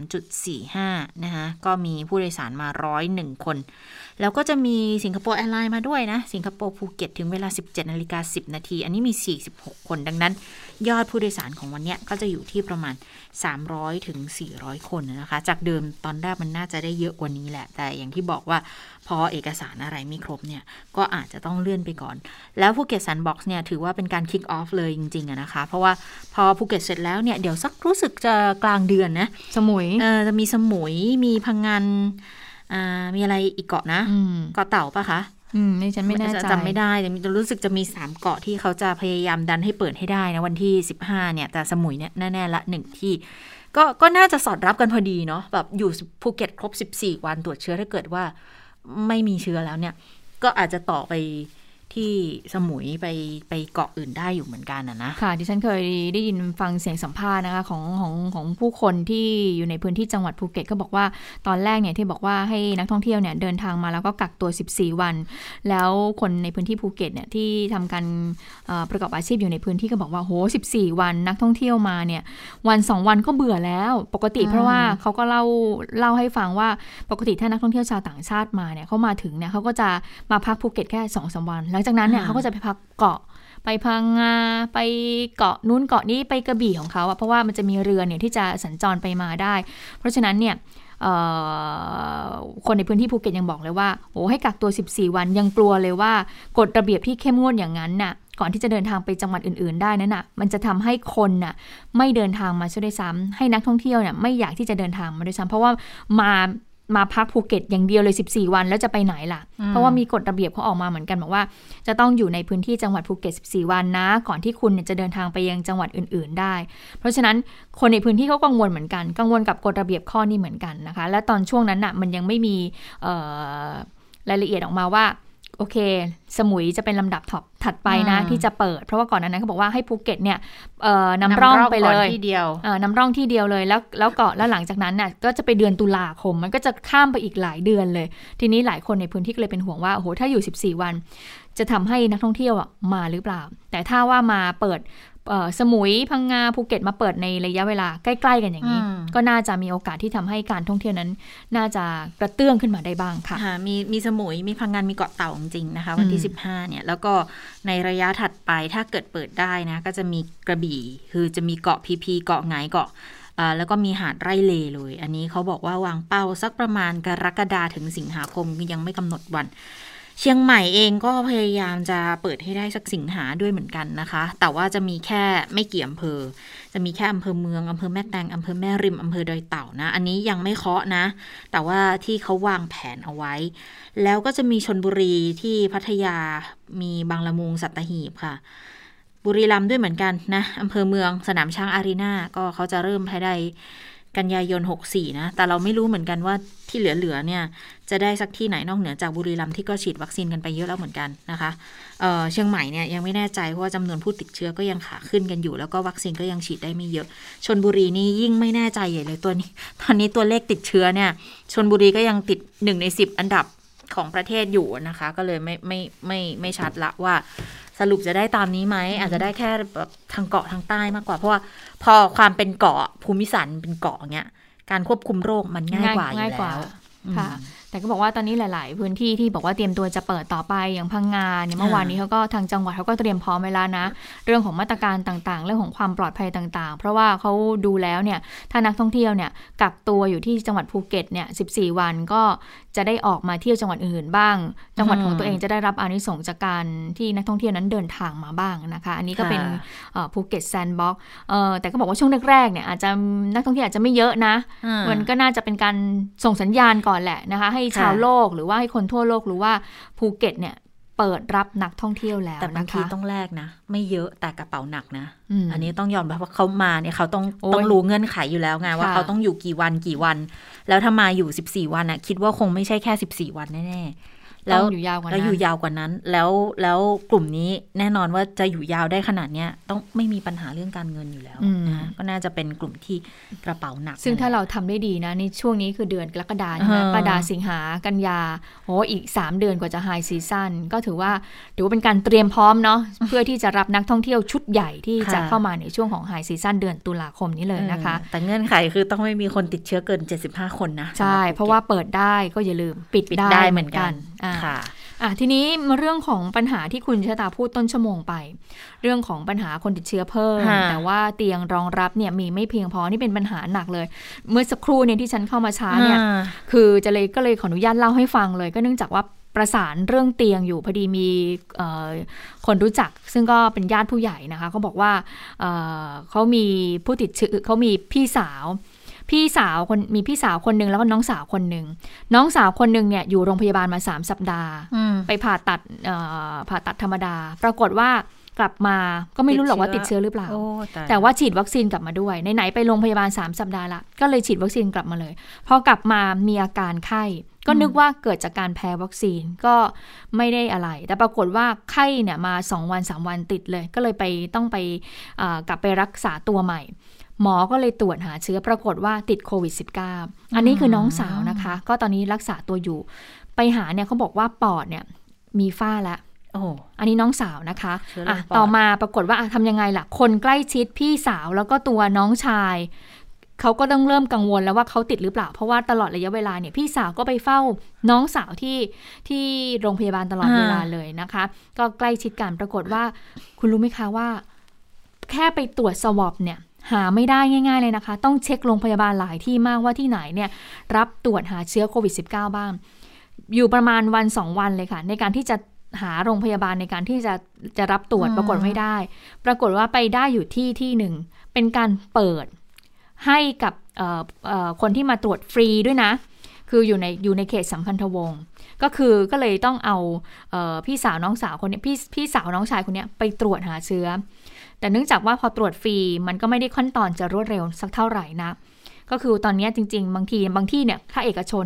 13.45 นะคะก็มีผู้โดยสารมา101คนแล้วก็จะมีสิงคโปร์แอร์ไลน์มาด้วยนะสิงคโปร์ภูเก็ตถึงเวลา 17:10 น.อันนี้มี46คนดังนั้นยอดผู้โดยสารของวันนี้ก็จะอยู่ที่ประมาณ300ถึง400คนนะคะจากเดิมตอนแรกมันน่าจะได้เยอะกว่านี้แหละแต่อย่างที่บอกว่าพอเอกสารอะไรไม่ครบเนี่ยก็อาจจะต้องเลื่อนไปก่อนแล้วภูเก็ตแซนด์บ็อกซ์เนี่ยถือว่าเป็นการคิกออฟเลยจริงๆนะคะเพราะว่าพอภูเก็ตเสร็จแล้วเนี่ยเดี๋ยวสักรู้สึกจะกลางเดือนนะสมุยจะมีสมุยมีพังงานมีอะไรอีกเกาะนะเกาะเต่าปะคะนี่ฉันไม่แน่ใจจำไม่ได้แต่รู้สึกจะมี3เกาะที่เขาจะพยายามดันให้เปิดให้ได้นะวันที่15เนี่ยแต่สมุยเนี่ยแน่ๆละ1ที่ก็น่าจะสอดรับกันพอดีเนาะแบบอยู่ภูเก็ตครบ14วันตรวจเชื้อถ้าเกิดว่าไม่มีเชื้อแล้วเนี่ยก็อาจจะต่อไปที่สมุยไปเกาะอื่นได้อยู่เหมือนกันนะค่ะดิฉันเคยได้ยินฟังเสียงสัมภาษณ์นะคะของผู้คนที่อยู่ในพื้นที่จังหวัดภูเก็ตก็บอกว่าตอนแรกเนี่ยที่บอกว่าให้นักท่องเที่ยวเนี่ยเดินทางมาแล้วก็กักตัว14วันแล้วคนในพื้นที่ภูเก็ตเนี่ยที่ทำการประกอบอาชีพอยู่ในพื้นที่ก็บอกว่าโห14วันนักท่องเที่ยวมาเนี่ยวัน2วันก็เบื่อแล้วปกติเพราะว่าเขาก็เล่าให้ฟังว่าปกติถ้านักท่องเที่ยวชาวต่างชาติมาเนี่ยเขามาถึงเนี่ยเขาก็จะมาพักภูเก็ตแค่ 2-3 วันหลังจากนั้นเนี่ยเขาก็จะไปพักเกาะไปพังงาไปเกาะนู้นเกาะนี้ไปกระบี่ของเขาเพราะว่ามันจะมีเรือเนี่ยที่จะสัญจรไปมาได้เพราะฉะนั้นเนี่ยคนในพื้นที่ภูเก็ตยังบอกเลยว่าโอ้ให้กักตัว14วันยังกลัวเลยว่ากฎระเบียบที่เข้มงวดอย่างนั้นน่ะก่อนที่จะเดินทางไปจังหวัดอื่นๆได้นั้นน่ะมันจะทำให้คนน่ะไม่เดินทางมาช่วยด้วยซ้ำให้นักท่องเที่ยวเนี่ยไม่อยากที่จะเดินทางมาด้วยซ้ำเพราะว่ามาพักภูเก็ตอย่างเดียวเลย14วันแล้วจะไปไหนล่ะเพราะว่ามีกฎระเบียบเขาออกมาเหมือนกันบอกว่าจะต้องอยู่ในพื้นที่จังหวัดภูเก็ต14วันนะก่อนที่คุณจะเดินทางไปยังจังหวัดอื่นๆได้เพราะฉะนั้นคนในพื้นที่เขากังวลเหมือนกันกังวลกับกฎระเบียบข้อนี้เหมือนกันนะคะและตอนช่วงนั้นน่ะมันยังไม่มีรายละเอียดออกมาว่าโอเคสมุยจะเป็นลำดับถัดไปนะที่จะเปิดเพราะว่าก่อนนั้นเขาบอกว่าให้ภูเก็ตเนี่ยนำร่องไปเลยที่เดียวนำร่องที่เดียวเลยแล้วก็แล้วหลังจากนั้นน่ะก็จะไปเดือนตุลาคมมันก็จะข้ามไปอีกหลายเดือนเลยทีนี้หลายคนในพื้นที่ก็เลยเป็นห่วงว่าโอ้โหถ้าอยู่14วันจะทำให้นักท่องเที่ยวมาหรือเปล่าแต่ถ้าว่ามาเปิดสมุยพังงาภูเก็ตมาเปิดในระยะเวลาใกล้ๆกันอย่างนี้ก็น่าจะมีโอกาสที่ทำให้การท่องเที่ยวนั้นน่าจะกระเตื้องขึ้นมาได้บ้างค่ะมีสมุยมีพังงามีเกาะเต่าจริงๆนะคะวันที่15เนี่ยแล้วก็ในระยะถัดไปถ้าเกิดเปิดได้นะก็จะมีกระบี่คือจะมีเกาะพีเกาะไงเกาะแล้วก็มีหาดไร่เลเลยอันนี้เขาบอกว่าวางเป้าสักประมาณกรกฎาคมถึงสิงหาคมยังไม่กำหนดวันเชียงใหม่เองก็พยายามจะเปิดให้ได้สักสิงหาด้วยเหมือนกันนะคะแต่ว่าจะมีแค่ไม่กี่อำเภอจะมีแค่อำเภอเมืองอำเภอแม่แตงอำเภอแม่ริมอำเภอดอยเต่านะอันนี้ยังไม่เคาะนะแต่ว่าที่เขาวางแผนเอาไว้แล้วก็จะมีชลบุรีที่พัทยามีบางละมุงสัตหีบค่ะบุรีรัมย์ด้วยเหมือนกันนะอำเภอเมืองสนามช้างอารีนาก็เขาจะเริ่มให้ได้กันยายน64นะแต่เราไม่รู้เหมือนกันว่าที่เหลือเนี่ยจะได้สักที่ไหนนอกเหนือจากบุรีรัมย์ที่ก็ฉีดวัคซีนกันไปเยอะแล้วเหมือนกันนะคะเชียงใหม่เนี่ยยังไม่แน่ใจเพราะว่าจำนวนผู้ติดเชื้อก็ยังขาขึ้นกันอยู่แล้วก็วัคซีนก็ยังฉีดได้ไม่เยอะชลบุรีนี่ยิ่งไม่แน่ใจใหญ่เลยตอนนี้ตัวเลขติดเชื้อเนี่ยชลบุรีก็ยังติด1ใน10อันดับของประเทศอยู่นะคะก็เลยไม่ชัดละว่าสรุปจะได้ตามนี้ไหมอาจจะได้แค่แบบทางเกาะทางใต้มากกว่าเพราะว่าพอความเป็นเกาะภูมิศาสตร์เป็นเกาะเงี้ยการควบคุมโรคมันง่ายกว่าอยู่แล้วค่ะแต่ก็บอกว่าตอนนี้หลายๆพื้นที่ที่บอกว่าเตรียมตัวจะเปิดต่อไปอย่างพังงาเนี่ยเมื่อวานนี้เขาก็ทางจังหวัดเขาก็เตรียมพร้อมไว้แล้วนะเรื่องของมาตรการต่างๆเรื่องของความปลอดภัยต่างๆเพราะว่าเขาดูแล้วเนี่ยถ้านักท่องเที่ยวเนี่ยกักตัวอยู่ที่จังหวัดภูเก็ตเนี่ย14วันก็จะได้ออกมาเที่ยวจังหวัดอื่นบ้างจังหวัดของตัวเองจะได้รับอานิสงส์จากการที่นักท่องเที่ยวนั้นเดินทางมาบ้างนะคะอันนี้ก็เป็นภูเก็ตแซนด์บ็อกซ์แต่ก็บอกว่าช่วงแรกๆเนี่ยอาจจะนักท่องเที่ยวอาจจะไม่เยอะนะมันก็น่าจะเป็นการส่งสัญญาณก่อนแหละนะคะให้ชาวโลกหรือว่าให้คนทั่วโลกรู้ว่าภูเก็ตเนี่ยเปิดรับนักท่องเที่ยวแล้วแต่บางทีต้องแลกนะไม่เยอะแต่กระเป๋าหนักนะอันนี้ต้องยอมรับว่าเขามาเนี่ยเขาต้องรู้เงื่อนไขอยู่แล้วไงว่าเขาต้องอยู่กี่วันแล้วถ้ามาอยู่14วันน่ะคิดว่าคงไม่ใช่แค่14วันแน่ๆแล้วอยู่ยาวกว่านั้นแล้วกลุ่มนี้แน่นอนว่าจะอยู่ยาวได้ขนาดนี้ต้องไม่มีปัญหาเรื่องการเงินอยู่แล้วนะก็น่าจะเป็นกลุ่มที่กระเป๋าหนักซึ่งถ้าเราทำได้ดีนะในช่วงนี้คือเดือนกรกฎาคมกรกฎาคมสิงหากันยาอีก3เดือนกว่าจะไฮซีซั่นก็ถือว่าเป็นการเตรียมพร้อมเนาะ เพื่อที่จะรับนักท่องเที่ยวชุดใหญ่ที่จะเข้ามาในช่วงของไฮซีซั่นเดือนตุลาคมนี้เลยนะคะแต่เงื่อนไขคือต้องไม่มีคนติดเชื้อเกิน75คนนะใช่เพราะว่าเปิดได้ก็อย่าลืมปิดได้เหมือนกันค่ะทีนี้มาเรื่องของปัญหาที่คุณชะตาพูดต้นชั่วโมงไปเรื่องของปัญหาคนติดเชื้อเพิ่มแต่ว่าเตียงรองรับเนี่ยมีไม่เพียงพอนี่เป็นปัญหาหนักเลยเมื่อสักครู่เนี่ยที่ฉันเข้ามาช้าเนี่ยคือก็เลยขออนุญาตเล่าให้ฟังเลยก็เนื่องจากว่าประสานเรื่องเตียงอยู่พอดีมีคนรู้จักซึ่งก็เป็นญาติผู้ใหญ่นะคะเขาบอกว่าเขามีผู้ติดเชื้อเขามีพี่สาวมีพี่สาวคนหนึ่งแล้วก็น้องสาวคนหนึ่งน้องสาวคนหนึ่งเนี่ยอยู่โรงพยาบาลมา3 สัปดาห์ไปผ่าตัดธรรมดาปรากฏว่ากลับมาก็ไม่รู้หรอกว่าติดเชื้อหรือเปล่าแต่ว่าฉีดวัคซีนกลับมาด้วยไหนๆไปโรงพยาบาล3 สัปดาห์ละก็เลยฉีดวัคซีนกลับมาเลยพอกลับมามีอาการไข้ก็นึกว่าเกิดจากการแพ้วัคซีนก็ไม่ได้อะไรแต่ปรากฏว่าไข้เนี่ยมา2 วัน 3 วันติดเลยก็เลยต้องไปกลับไปรักษาตัวใหม่หมอก็เลยตรวจหาเชื้อปรากฏว่าติดโควิด -19 อันนี้คือน้องสาวนะคะก็ตอนนี้รักษาตัวอยู่ไปหาเนี่ยเขาบอกว่าปอดเนี่ยมีฝ้าแล้วอันนี้น้องสาวนะคะต่อมาปรากฏว่าทำยังไงล่ะคนใกล้ชิดพี่สาวแล้วก็ตัวน้องชายเขาก็ต้องเริ่มกังวลแล้วว่าเขาติดหรือเปล่าเพราะว่าตลอดระยะเวลาเนี่ยพี่สาวก็ไปเฝ้าน้องสาวที่โรงพยาบาลตลอดเวลาเลยนะคะก็ใกล้ชิดกันปรากฏว่าคุณรู้ไหมคะว่าแค่ไปตรวจสวอปเนี่ยหาไม่ได้ง่ายๆเลยนะคะต้องเช็คโรงพยาบาลหลายที่มากว่าที่ไหนเนี่ยรับตรวจหาเชื้อโควิด -19 บ้างอยู่ประมาณวัน2 วันเลยค่ะในการที่จะหาโรงพยาบาลในการที่จะรับตรวจปรากฏไม่ได้ปรากฏว่าไปได้อยู่ที่หนึ่งเป็นการเปิดให้กับคนที่มาตรวจฟรีด้วยนะคืออยู่ในเขตสัมพันธวงศ์ก็เลยต้องเอาพี่สาวน้องสาวคนนี้พี่สาวน้องชายคนนี้ไปตรวจหาเชื้อแต่เนื่องจากว่าพอตรวจฟรีมันก็ไม่ได้ขั้นตอนจะรวดเร็วสักเท่าไหร่นะก็คือตอนนี้จริงๆบางที่เนี่ยถ้าเอกชนน่ะ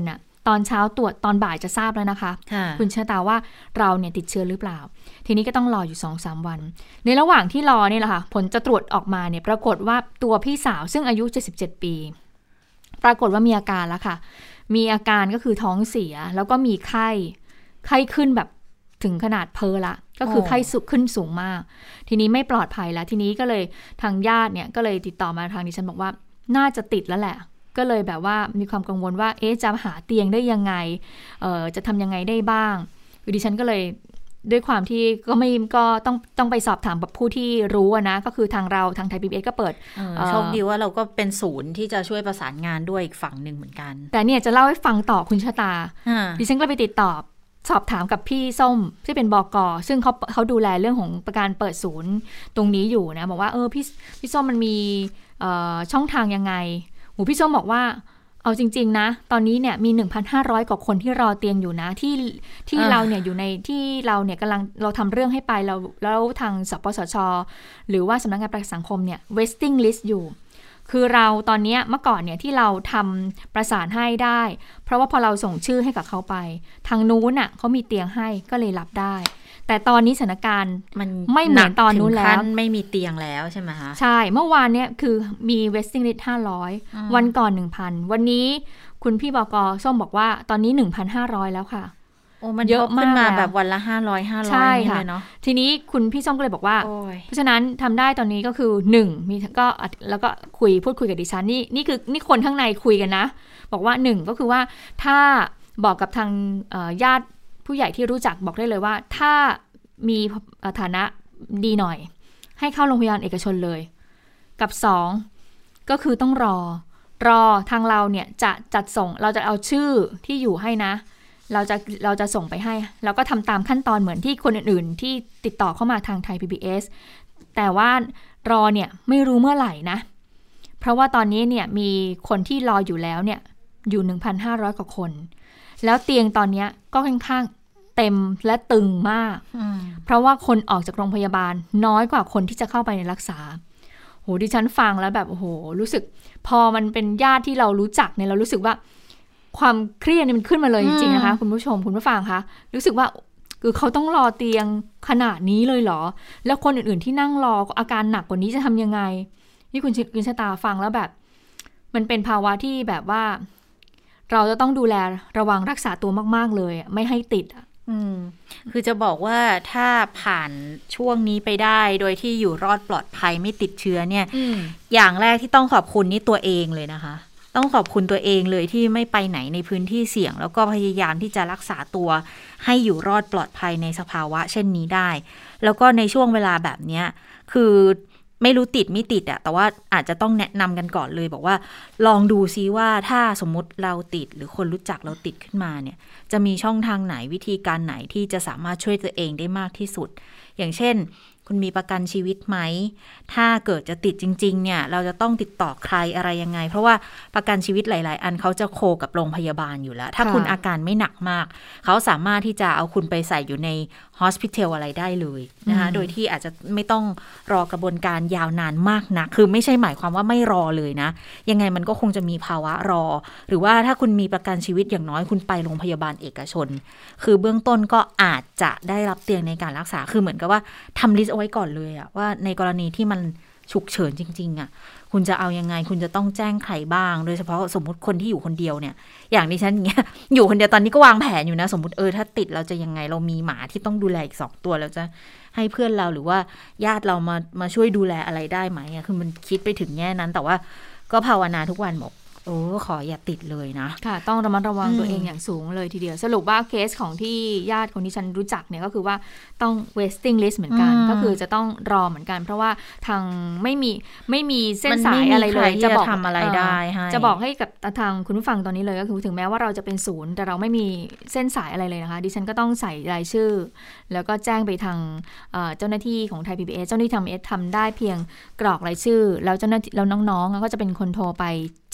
ตอนเช้าตรวจตอนบ่ายจะทราบแล้วนะคะคุณเชื่อตาว่าเราเนี่ยติดเชื้อหรือเปล่าทีนี้ก็ต้องรออยู่ 2-3 วันในระหว่างที่รอเนี่ยแหละค่ะผลจะตรวจออกมาเนี่ยปรากฏว่าตัวพี่สาวซึ่งอายุ77ปีปรากฏว่ามีอาการแล้วค่ะมีอาการก็คือท้องเสียแล้วก็มีไข้ขึ้นแบบถึงขนาดเพ้อละก็คือไข้ขึ้นสูงมากทีนี้ไม่ปลอดภัยแล้วทีนี้ก็เลยทางญาติเนี่ยก็เลยติดต่อมาทางดิฉันบอกว่าน่าจะติดแล้วแหละก็เลยแบบว่ามีความกังวลว่าจะหาเตียงได้ยังไงจะทำยังไงได้บ้างดิฉันก็เลยด้วยความที่ก็ต้องไปสอบถามกับผู้ที่รู้นะก็คือทางไทย PBS ก็เปิดโชคดีว่าเราก็เป็นศูนย์ที่จะช่วยประสานงานด้วยอีกฝั่งหนึ่งเหมือนกันแต่เนี่ยจะเล่าให้ฟังต่อคุณชะตาดิฉันก็ไปติดต่อสอบถามกับพี่ส้มที่เป็นบก.ซึ่งเขาดูแลเรื่องของการเปิดศูนย์ตรงนี้อยู่นะบอกว่าพี่ส้มมันมีช่องทางยังไงพี่ส้มบอกว่าเอาจริงๆนะตอนนี้เนี่ยมี 1,500 กว่าคนที่รอเตียงอยู่นะที่เราเนี่ยอยู่ในที่เราเนี่ยกำลังเราทำเรื่องให้ไปแล้วทางสปสช.หรือว่าสำนักงานประกันสังคมเนี่ย waiting list อยู่คือเราตอนนี้เมื่อก่อนเนี่ยที่เราทำประสานให้ได้เพราะว่าพอเราส่งชื่อให้กับเขาไปทางนู้นน่ะเขามีเตียงให้ก็เลยรับได้แต่ตอนนี้สถานการณ์มันไม่เหมือนตอนนู้นแล้วไม่มีเตียงแล้วใช่ไหมคะใช่เมื่อวานเนี่ยคือมี waiting list 500วันก่อน 1,000 วันนี้คุณพี่บก.ส้มบอกว่าตอนนี้ 1,500 แล้วค่ะโอ้มันเยอะมากมาแบบวันละ500ใช่ค่ะเนาะทีนี้คุณพี่ส้มก็เลยบอกว่าเพราะฉะนั้นทำได้ตอนนี้ก็คือ1มีก็แล้วก็พูดคุยกับดิฉันนี่คนข้างในคุยกันนะบอกว่า1ก็คือว่าถ้าบอกกับทางญาติผู้ใหญ่ที่รู้จักบอกได้เลยว่าถ้ามีฐานะดีหน่อยให้เข้าโรงพยาบาลเอกชนเลยกับ2ก็คือต้องรอทางเราเนี่ยจะจัดส่งเราจะเอาชื่อที่อยู่ให้นะเราจะส่งไปให้แล้วก็ทำตามขั้นตอนเหมือนที่คนอื่นๆที่ติดต่อเข้ามาทางไทย PBS แต่ว่ารอเนี่ยไม่รู้เมื่อไหร่นะเพราะว่าตอนนี้เนี่ยมีคนที่รออยู่แล้วเนี่ยอยู่ 1,500 กว่าคนแล้วเตียงตอนนี้ก็ค่อนข้างเต็มและตึงมากเพราะว่าคนออกจากโรงพยาบาลน้อยกว่าคนที่จะเข้าไปในรักษาโหดิฉันฟังแล้วแบบโอ้โหรู้สึกพอมันเป็นญาติที่เรารู้จักเนี่ยเรารู้สึกว่าความเครียดมันขึ้นมาเลยจริงๆนะคะคุณผู้ชมคุณผู้ฟังคะรู้สึกว่าคือเขาต้องรอเตียงขนาดนี้เลยเหรอแล้วคนอื่นๆที่นั่งรออาการหนักกว่านี้จะทำยังไงนี่คุณชะตาฟังแล้วแบบมันเป็นภาวะที่แบบว่าเราจะต้องดูแลระวังรักษาตัวมากๆเลยไม่ให้ติดคือจะบอกว่าถ้าผ่านช่วงนี้ไปได้โดยที่อยู่รอดปลอดภัยไม่ติดเชื้อเนี่ยอย่างแรกที่ต้องขอบคุณนี่ตัวเองเลยนะคะต้องขอบคุณตัวเองเลยที่ไม่ไปไหนในพื้นที่เสี่ยงแล้วก็พยายามที่จะรักษาตัวให้อยู่รอดปลอดภัยในสภาวะเช่นนี้ได้แล้วก็ในช่วงเวลาแบบนี้คือไม่รู้ติดไม่ติดแต่ว่าอาจจะต้องแนะนำกันก่อนเลยบอกว่าลองดูซิว่าถ้าสมมุติเราติดหรือคนรู้จักเราติดขึ้นมาเนี่ยจะมีช่องทางไหนวิธีการไหนที่จะสามารถช่วยตัวเองได้มากที่สุดอย่างเช่นคุณมีประกันชีวิตไหมถ้าเกิดจะติดจริงๆเนี่ยเราจะต้องติดต่อใครอะไรยังไงเพราะว่าประกันชีวิตหลายๆอันเขาจะโคกับโรงพยาบาลอยู่แล้วถ้าคุณอาการไม่หนักมากเขาสามารถที่จะเอาคุณไปใส่อยู่ในฮอสพิทอลอะไรได้เลยนะคะโดยที่อาจจะไม่ต้องรอกระบวนการยาวนานมากนักคือไม่ใช่หมายความว่าไม่รอเลยนะยังไงมันก็คงจะมีภาวะรอหรือว่าถ้าคุณมีประกันชีวิตอย่างน้อยคุณไปโรงพยาบาลเอกชนคือเบื้องต้นก็อาจจะได้รับเตียงในการรักษาคือเหมือนกับว่าทำลิสต์เอาไว้ก่อนเลยอะว่าในกรณีที่มันฉุกเฉินจริงๆอะคุณจะเอายังไงคุณจะต้องแจ้งใครบ้างโดยเฉพาะสมมุติคนที่อยู่คนเดียวเนี่ยอย่างดิฉันอย่างเงี้ยอยู่คนเดียวตอนนี้ก็วางแผนอยู่นะสมมุติถ้าติดเราจะยังไงเรามีหมาที่ต้องดูแลอีก2ตัวเราจะให้เพื่อนเราหรือว่าญาติเรามาช่วยดูแลอะไรได้ไหมอะคือมันคิดไปถึงแง่นั้นแต่ว่าก็ภาวนาทุกวันบอกขออย่าติดเลยนะค่ะต้องระมัดระวังตัวเองอย่างสูงเลยทีเดียวสรุปว่าเคสของที่ญาติคนที่ฉันรู้จักเนี่ยก็คือว่าต้อง waiting list เหมือนกันก็คือจะต้องรอเหมือนกันเพราะว่าทางไม่มีเส้นสายอะไรเลยจะบอกทำอะไรได้จะบอกให้กับทางคุณผู้ฟังตอนนี้เลยก็คือถึงแม้ว่าเราจะเป็นศูนย์แต่เราไม่มีเส้นสายอะไรเลยนะคะดิฉันก็ต้องใส่รายชื่อแล้วก็แจ้งไปทางเจ้าหน้าที่ของไทย PBS เจ้าหน้าที่ทำได้เพียงกรอกรายชื่อแล้วเจ้าหน้าที่แล้วน้องๆก็จะเป็นคนโทรไปเช็คให้เบื้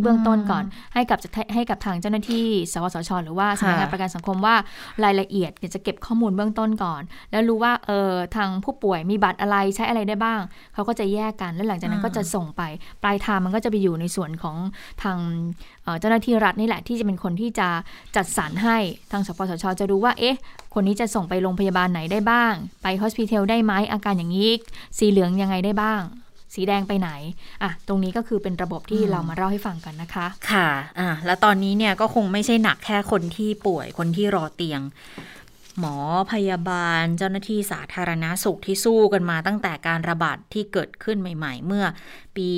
เบื้องต้นก่อนให้กับทางเจ้าหน้าที่สปสช.หรือว่าสำนักงานประกันสังคมว่ารายละเอียดจะเก็บข้อมูลเบื้องต้นก่อนแล้วรู้ว่าทางผู้ป่วยมีบัตรอะไรใช้อะไรได้บ้างเขาก็จะแยกกันแล้วหลังจากนั้นก็จะส่งไปปลายทางมันก็จะไปอยู่ในส่วนของทางเจ้าหน้าที่รัฐนี่แหละที่จะเป็นคนที่จะจัดสรรให้ทางสปสช.จะรู้ว่าคนนี้จะส่งไปโรงพยาบาลไหนได้บ้างไปฮอสพิทอลได้ไหมอาการอย่างนี้สีเหลืองยังไงได้บ้างสีแดงไปไหนตรงนี้ก็คือเป็นระบบที่เรามาเล่าให้ฟังกันนะคะค่ะแล้วตอนนี้เนี่ยก็คงไม่ใช่หนักแค่คนที่ป่วยคนที่รอเตียงหมอพยาบาลเจ้าหน้าที่สาธารณสุขที่สู้กันมาตั้งแต่การระบาดที่เกิดขึ้นใหม่ๆเมื่อปี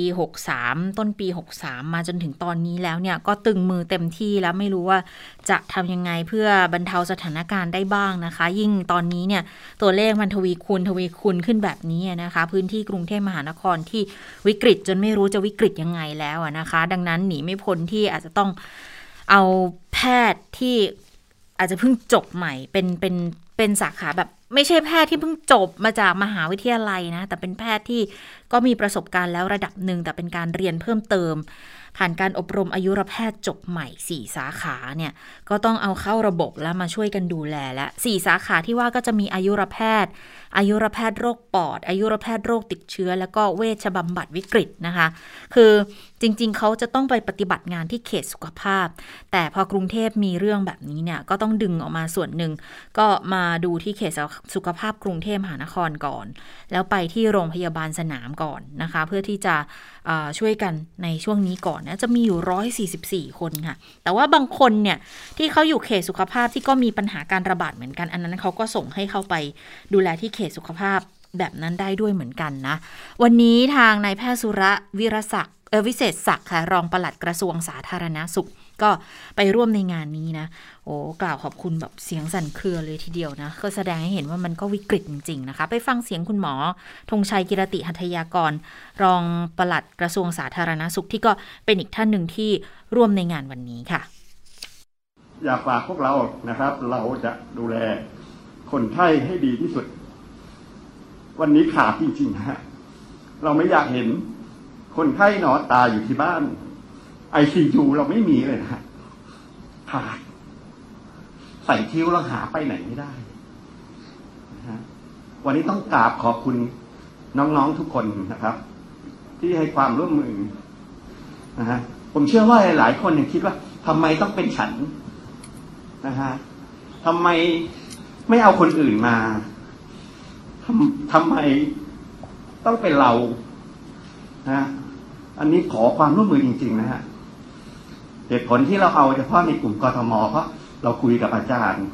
63ต้นปี63มาจนถึงตอนนี้แล้วเนี่ยก็ตึงมือเต็มที่แล้วไม่รู้ว่าจะทำยังไงเพื่อบรรเทาสถานการณ์ได้บ้างนะคะยิ่งตอนนี้เนี่ยตัวเลขมันทวีคูณขึ้นแบบนี้นะคะพื้นที่กรุงเทพมหานครที่วิกฤตจนไม่รู้จะวิกฤตยังไงแล้วนะคะดังนั้นหนีไม่พ้นที่อาจจะต้องเอาแพทย์ที่อาจจะเพิ่งจบใหม่เป็นสาขาแบบไม่ใช่แพทย์ที่เพิ่งจบมาจากมหาวิทยาลัยนะแต่เป็นแพทย์ที่ก็มีประสบการณ์แล้วระดับหนึ่งแต่เป็นการเรียนเพิ่มเติมผ่านการอบรมอายุรแพทย์จบใหม่4สาขาเนี่ยก็ต้องเอาเข้าระบบแล้วมาช่วยกันดูแลและ4สาขาที่ว่าก็จะมีอายุรแพทย์โรคปอดอายุรแพทย์โรคติดเชื้อแล้วก็เวชบำบัดวิกฤตนะคะคือจริงๆเขาจะต้องไปปฏิบัติงานที่เขตสุขภาพแต่พอกรุงเทพมีเรื่องแบบนี้เนี่ยก็ต้องดึงออกมาส่วนหนึ่งก็มาดูที่เขตสุขภาพกรุงเทพมหานครก่อนแล้วไปที่โรงพยาบาลสนามก่อนนะคะเพื่อที่จะช่วยกันในช่วงนี้ก่อนนะจะมีอยู่144คนค่ะแต่ว่าบางคนเนี่ยที่เขาอยู่เขตสุขภาพที่ก็มีปัญหาการระบาดเหมือนกันอันนั้นเขาก็ส่งให้เข้าไปดูแลที่เขตสุขภาพแบบนั้นได้ด้วยเหมือนกันนะวันนี้ทางนายแพทย์สุรวิเศษศักดิ์ค่ะรองปลัดกระทรวงสาธารณสุขก็ไปร่วมในงานนี้นะกล่าวขอบคุณแบบเสียงสั่นเครือเลยทีเดียวนะก็แสดงให้เห็นว่ามันก็วิกฤตจริงๆนะคะไปฟังเสียงคุณหมอธงชัยกิรติหัตถยากรรองปลัดกระทรวงสาธารณสุขที่ก็เป็นอีกท่านหนึ่งที่ร่วมในงานวันนี้ค่ะอยากฝากพวกเรานะครับเราจะดูแลคนไข้ให้ดีที่สุดวันนี้ขาดจริงๆฮะเราไม่อยากเห็นคนไข้นอนตายอยู่ที่บ้าน ICU เราไม่มีเลยนะขาดใส่คิ้วแล้วหาไปไหนไม่ได้นะฮะวันนี้ต้องกราบขอบคุณน้องๆทุกคนนะครับที่ให้ความร่วมมือนะฮะผมเชื่อว่าหลายคนยังคิดว่าทำไมต้องเป็นฉันนะฮะทำไมไม่เอาคนอื่นมาทำไมต้องเป็นเรานะอันนี้ขอความร่วมมือจริงๆนะฮะเหตุผลที่เราเอาเฉพาะในกลุ่มกทมเพราะเราคุยกับอาจารย์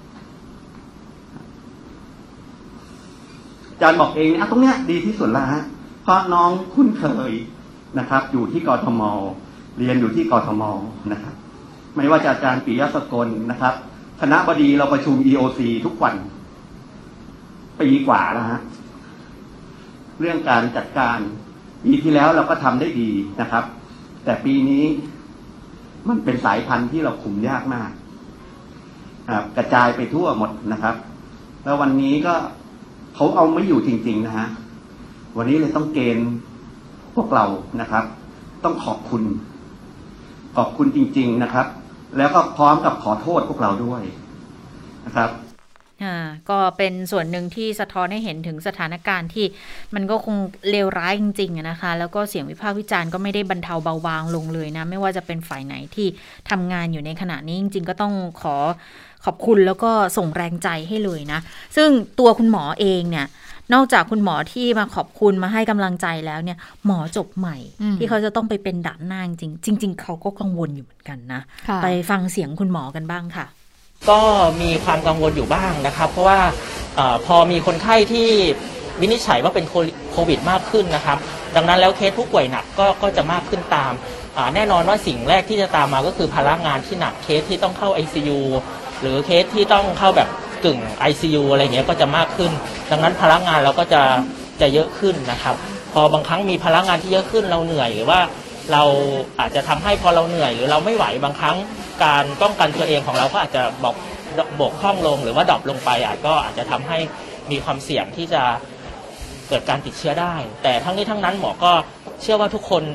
บอกเองตรงเนี้ยดีที่สุดแล้วฮะเพราะน้องคุ้นเคยนะครับอยู่ที่กทมเรียนอยู่ที่กทมนะครับไม่ว่าจะอาจารย์ปิยะสกลนะครับคณะบดีเราประชุม EOC ทุกวันปีกว่าแล้วฮะเรื่องการจัดการปีที่แล้วเราก็ทำได้ดีนะครับแต่ปีนี้มันเป็นสายพันธุ์ที่เราคุมยากมากกระจายไปทั่วหมดนะครับแล้ววันนี้ก็เขาเอาไม่อยู่จริงๆนะฮะวันนี้เลยต้องเกณฑ์พวกเรานะครับต้องขอบคุณจริงๆนะครับแล้วก็พร้อมกับขอโทษพวกเราด้วยนะครับก็เป็นส่วนหนึ่งที่สะท้อนให้เห็นถึงสถานการณ์ที่มันก็คงเลวร้ายจริงๆนะคะแล้วก็เสียงวิพากษ์วิจารณ์ก็ไม่ได้บรรเทาเบาบางลงเลยนะไม่ว่าจะเป็นฝ่ายไหนที่ทำงานอยู่ในขณะนี้จริงๆก็ต้องขอบคุณแล้วก็ส่งแรงใจให้เลยนะซึ่งตัวคุณหมอเองเนี่ยนอกจากคุณหมอที่มาขอบคุณมาให้กำลังใจแล้วเนี่ยหมอจบใหม่ที่เขาจะต้องไปเป็นด่านหน้าจริงเขาก็กังวลอยู่เหมือนกันนะไปฟังเสียงคุณหมอกันบ้างค่ะก็มีความกังวลอยู่บ้างนะครับเพราะว่าพอมีคนไข้ที่วินิจฉัยว่าเป็นโควิดมากขึ้นนะครับดังนั้นแล้วเคสผู้ป่วยหนักก็จะมากขึ้นตามแน่นอนว่าสิ่งแรกที่จะตามมาก็คือภาระงานที่หนักเคสที่ต้องเข้า ICU หรือเคสที่ต้องเข้าแบบกึ่ง ICU อะไรเงี้ยก็จะมากขึ้นดังนั้นภาระงานเราก็จะเยอะขึ้นนะครับพอบางครั้งมีภาระงานที่เยอะขึ้นเราเหนื่อยหรือว่าเราอาจจะทำให้พอเราเหนื่อยหรือเราไม่ไหวบางครั้งการป้องกันตัวเองของเราก็อาจจะบกพร่องลงหรือว่าดรอปลงไปก็อาจจะทำให้มีความเสี่ยงที่จะเกิดการติดเชื้อได้แต่ทั้งนี้ทั้งนั้นหมอก็เชื่อว่าทุกคน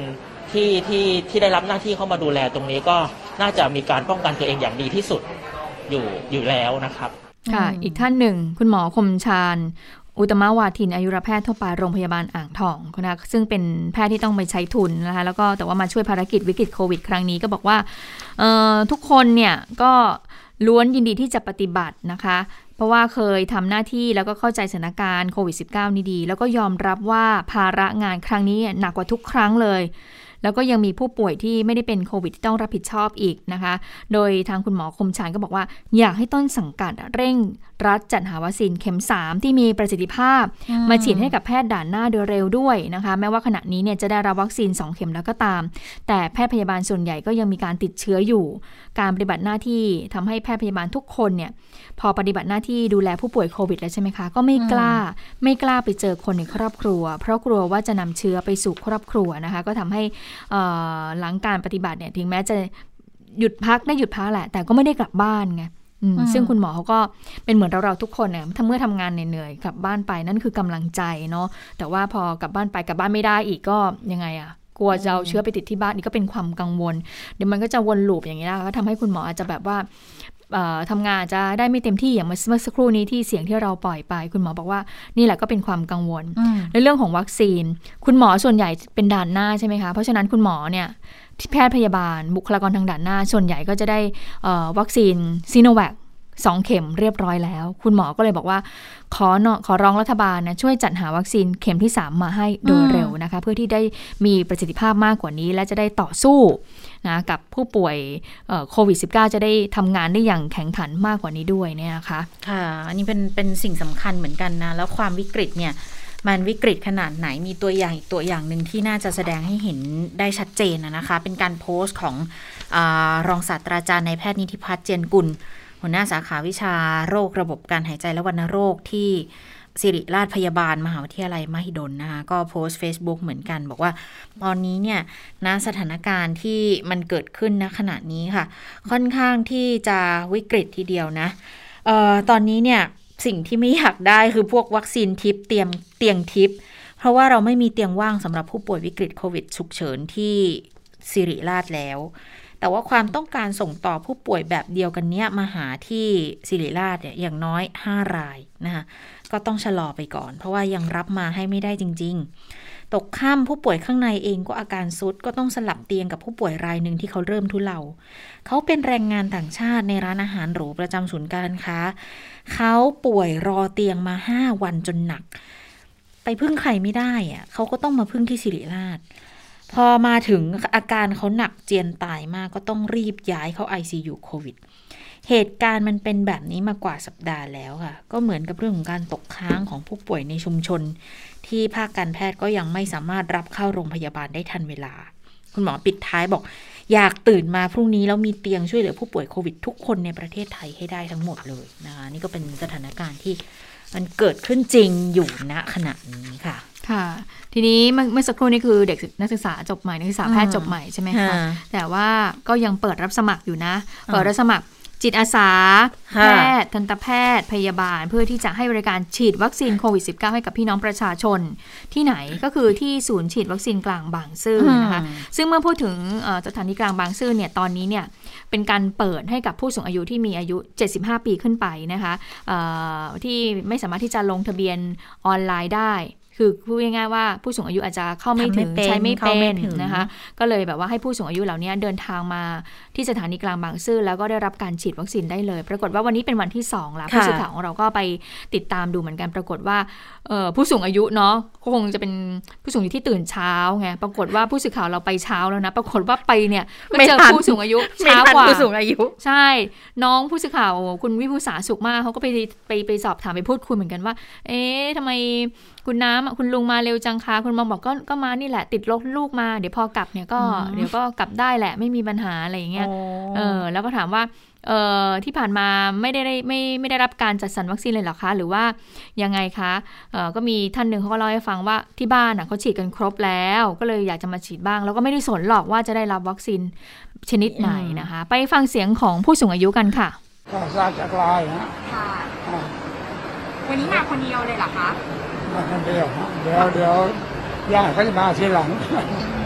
ที่ได้รับหน้าที่เข้ามาดูแลตรงนี้ก็น่าจะมีการป้องกันตัวเองอย่างดีที่สุดอยู่แล้วนะครับค่ะอีกท่านหนึ่งคุณหมอคมชาญอุตมะวาทินอายุรแพทย์ทั่วไปโรงพยาบาลอ่างทองนะคะซึ่งเป็นแพทย์ที่ต้องไปใช้ทุนนะคะแล้วก็แต่ว่ามาช่วยภารกิจวิกฤตโควิดครั้งนี้ก็บอกว่าทุกคนเนี่ยก็ล้วนยินดีที่จะปฏิบัตินะคะเพราะว่าเคยทำหน้าที่แล้วก็เข้าใจสถานการณ์โควิด -19 นี้ดีแล้วก็ยอมรับว่าภาระงานครั้งนี้หนักกว่าทุกครั้งเลยแล้วก็ยังมีผู้ป่วยที่ไม่ได้เป็นโควิดที่ต้องรับผิดชอบอีกนะคะโดยทางคุณหมอคมชาญก็บอกว่าอยากให้ต้นสังกัดเร่งรัดจัดหาวัคซีนเข็ม3ที่มีประสิทธิภาพมาฉีดให้กับแพทย์ด่านหน้าโดยเร็วด้วยนะคะแม้ว่าขณะนี้เนี่ยจะได้รับวัคซีน2เข็มแล้วก็ตามแต่แพทย์พยาบาลส่วนใหญ่ก็ยังมีการติดเชื้ออยู่การปฏิบัติหน้าที่ทำให้แพทย์พยาบาลทุกคนเนี่ยพอปฏิบัติหน้าที่ดูแลผู้ป่วยโควิดแล้วใช่ไหมคะก็ไม่กล้าไปเจอคนในครอบครัวเพราะกลัวว่าจะนำเชื้อไปสู่ครอบครัวนะคะก็ทำให้หลังการปฏิบัติเนี่ยถึงแม้จะหยุดพักแหละแต่ก็ไม่ได้กลับบ้านไงซึ่งคุณหมอเขาก็เป็นเหมือนเราทุกคนเนี่ยเมื่อทำงานเหนื่อยๆกลับบ้านไปนั่นคือกำลังใจเนาะแต่ว่าพอกลับบ้านไม่ได้อีกก็ยังไงอะกลัวจะเอาเชื้อไปติดที่บ้านนี่ก็เป็นความกังวลเดี๋ยวมันก็จะวนลูปอย่างนี้นะคะก็ทำให้คุณหมออาจจะแบบว่าทำงานจะได้ไม่เต็มที่อย่างเมื่อสักครู่นี้ที่เสียงที่เราปล่อยไปคุณหมอบอกว่านี่แหละก็เป็นความกังวลในเรื่องของวัคซีนคุณหมอส่วนใหญ่เป็นด่านหน้าใช่ไหมคะเพราะฉะนั้นคุณหมอเนี่ยแพทย์พยาบาลบุคลากรทางด่านหน้าส่วนใหญ่ก็จะได้วัคซีนซิโนแวค2 เข็มเรียบร้อยแล้วคุณหมอก็เลยบอกว่าขอร้องรัฐบาลนะช่วยจัดหาวัคซีนเข็มที่3มาให้โดยเร็วนะคะเพื่อที่ได้มีประสิทธิภาพมากกว่านี้และจะได้ต่อสู้นะกับผู้ป่วยโควิด -19 จะได้ทำงานได้อย่างแข็งขันมากกว่านี้ด้วยเนี่ยนะคะค่ะอันนี้เป็นสิ่งสำคัญเหมือนกันนะแล้วความวิกฤตเนี่ยมันวิกฤตขนาดไหนมีตัวอย่างอีกตัวอย่างหนึ่งที่น่าจะแสดงให้เห็นได้ชัดเจนนะคะเป็นการโพสต์ของรองศาสตราจารย์นายแพทย์นิติพัฒน์เจียนกุลหัวหน้าสาขาวิชาโรคระบบการหายใจและวัณโรคที่ศิริราชพยาบาลมหาวิทยาลัยมหิดลนะคะก็โพสต์ Facebook เหมือนกันบอกว่าตอนนี้เนี่ยณสถานการณ์ที่มันเกิดขึ้นณขณะนี้ค่ะค่อนข้างที่จะวิกฤตทีเดียวนะตอนนี้เนี่ยสิ่งที่ไม่อยากได้คือพวกวัคซีนทิปเตียงทิปเพราะว่าเราไม่มีเตียงว่างสำหรับผู้ป่วยวิกฤตโควิดฉุกเฉินที่ศิริราชแล้วแต่ว่าความต้องการส่งต่อผู้ป่วยแบบเดียวกันเนี้ยมาหาที่ศิริราชเนี่ยอย่างน้อย5 รายนะคะก็ต้องชะลอไปก่อนเพราะว่ายังรับมาให้ไม่ได้จริงๆตกค่ำผู้ป่วยข้างในเองก็อาการทรุดก็ต้องสลับเตียงกับผู้ป่วยรายหนึ่งที่เขาเริ่มทุเลาเขาเป็นแรงงานต่างชาติในร้านอาหารหรูประจำศูนย์การค้าเขาป่วยรอเตียงมา5 วันจนหนักไปพึ่งใครไม่ได้อะเขาก็ต้องมาพึ่งที่ศิริราชพอมาถึงอาการเขาหนักเจียนตายมากก็ต้องรีบย้ายเข้า ICU โควิดเหตุการณ์มันเป็นแบบนี้มากว่าสัปดาห์แล้วค่ะก็เหมือนกับเรื่องของการตกค้างของผู้ป่วยในชุมชนที่ภาคการแพทย์ก็ยังไม่สามารถรับเข้าโรงพยาบาลได้ทันเวลาคุณหมอปิดท้ายบอกอยากตื่นมาพรุ่งนี้แล้วมีเตียงช่วยเหลือผู้ป่วยโควิดทุกคนในประเทศไทยให้ได้ทั้งหมดเลยนะคะนี่ก็เป็นสถานการณ์ที่มันเกิดขึ้นจริงอยู่ณขณะนี้ค่ะค่ะทีนี้เมื่อสักครู่นี้คือเด็กนักศึกษาจบใหม่นักศึกษาแพทย์จบใหม่ใช่ไหมคะแต่ว่าก็ยังเปิดรับสมัครอยู่นะเปิดรับสมัครจิตอาสาแพทย์ทันตแพทย์พยาบาลเพื่อที่จะให้บริการฉีดวัคซีนโควิด -19 ให้กับพี่น้องประชาชนที่ไหนก็คือที่ศูนย์ฉีดวัคซีนกลางบางซื่อนะคะซึ่งเมื่อพูดถึงสถานีกลางบางซื่อเนี่ยตอนนี้เนี่ยเป็นการเปิดให้กับผู้สูงอายุที่มีอายุ75 ปีขึ้นไปนะคะที่ไม่สามารถที่จะลงทะเบียนออนไลน์ได้คือพูดง่ายๆว่าผู้สูงอายุอาจจะเข้าไม่ถึงใช้ไม่เป็นนะคะก็เลยแบบว่าให้ผู้สูงอายุเหล่านี้เดินทางมาที่สถานีกลางบางซื่อแล้วก็ได้รับการฉีดวัคซีนได้เลยปรากฏว่าวันนี้เป็นวันที่2แล้วผู้สื่อข่าวของเราก็ไปติดตามดูเหมือนกันปรากฏว่าผู้สูงอายุเนาะก็คงจะเป็นผู้สูงอายุที่ตื่นเช้าไงปรากฏว่าผู้สื่อข่าวเราไปเช้าแล้วนะปรากฏว่าไปเนี่ยก็เจอผู้สูงอายุเช้ากว่าผู้สูงอายุใช่น้องผู้สื่อข่าวคุณวิภูษาสุขมากเขาก็ไปสอบถามไปพูดคุยเหมือนกันว่าทำไมคุณน้ำคุณลุงมาเร็วจังคะคุณมองบอกก็มานี่แหละติดรถลูกมาเดี๋ยวพอกลับเนี่ยก็เดี๋ยวก็กลับได้แหละไม่มีปัญหาอะไรอย่างเงี้ยแล้วก็ถามว่าที่ผ่านมาไม่ได้รับการจัดสรรวัคซีนเลยเหรอคะหรือว่ายังไงคะก็มีท่านหนึ่งเขาก็เล่าให้ฟังว่าที่บ้านเขาฉีดกันครบแล้วก็เลยอยากจะมาฉีดบ้างแล้วก็ไม่ได้สนหรอกว่าจะได้รับวัคซีนชนิดไหนนะคะไปฟังเสียงของผู้สูงอายุกันค่ะก็ทราบจากไลน์นะค่ะวันนี้มาคนเดียวเลยเหรอคะมาคนเดียวเดี๋ยวญาติเขาจะมาทีหลัง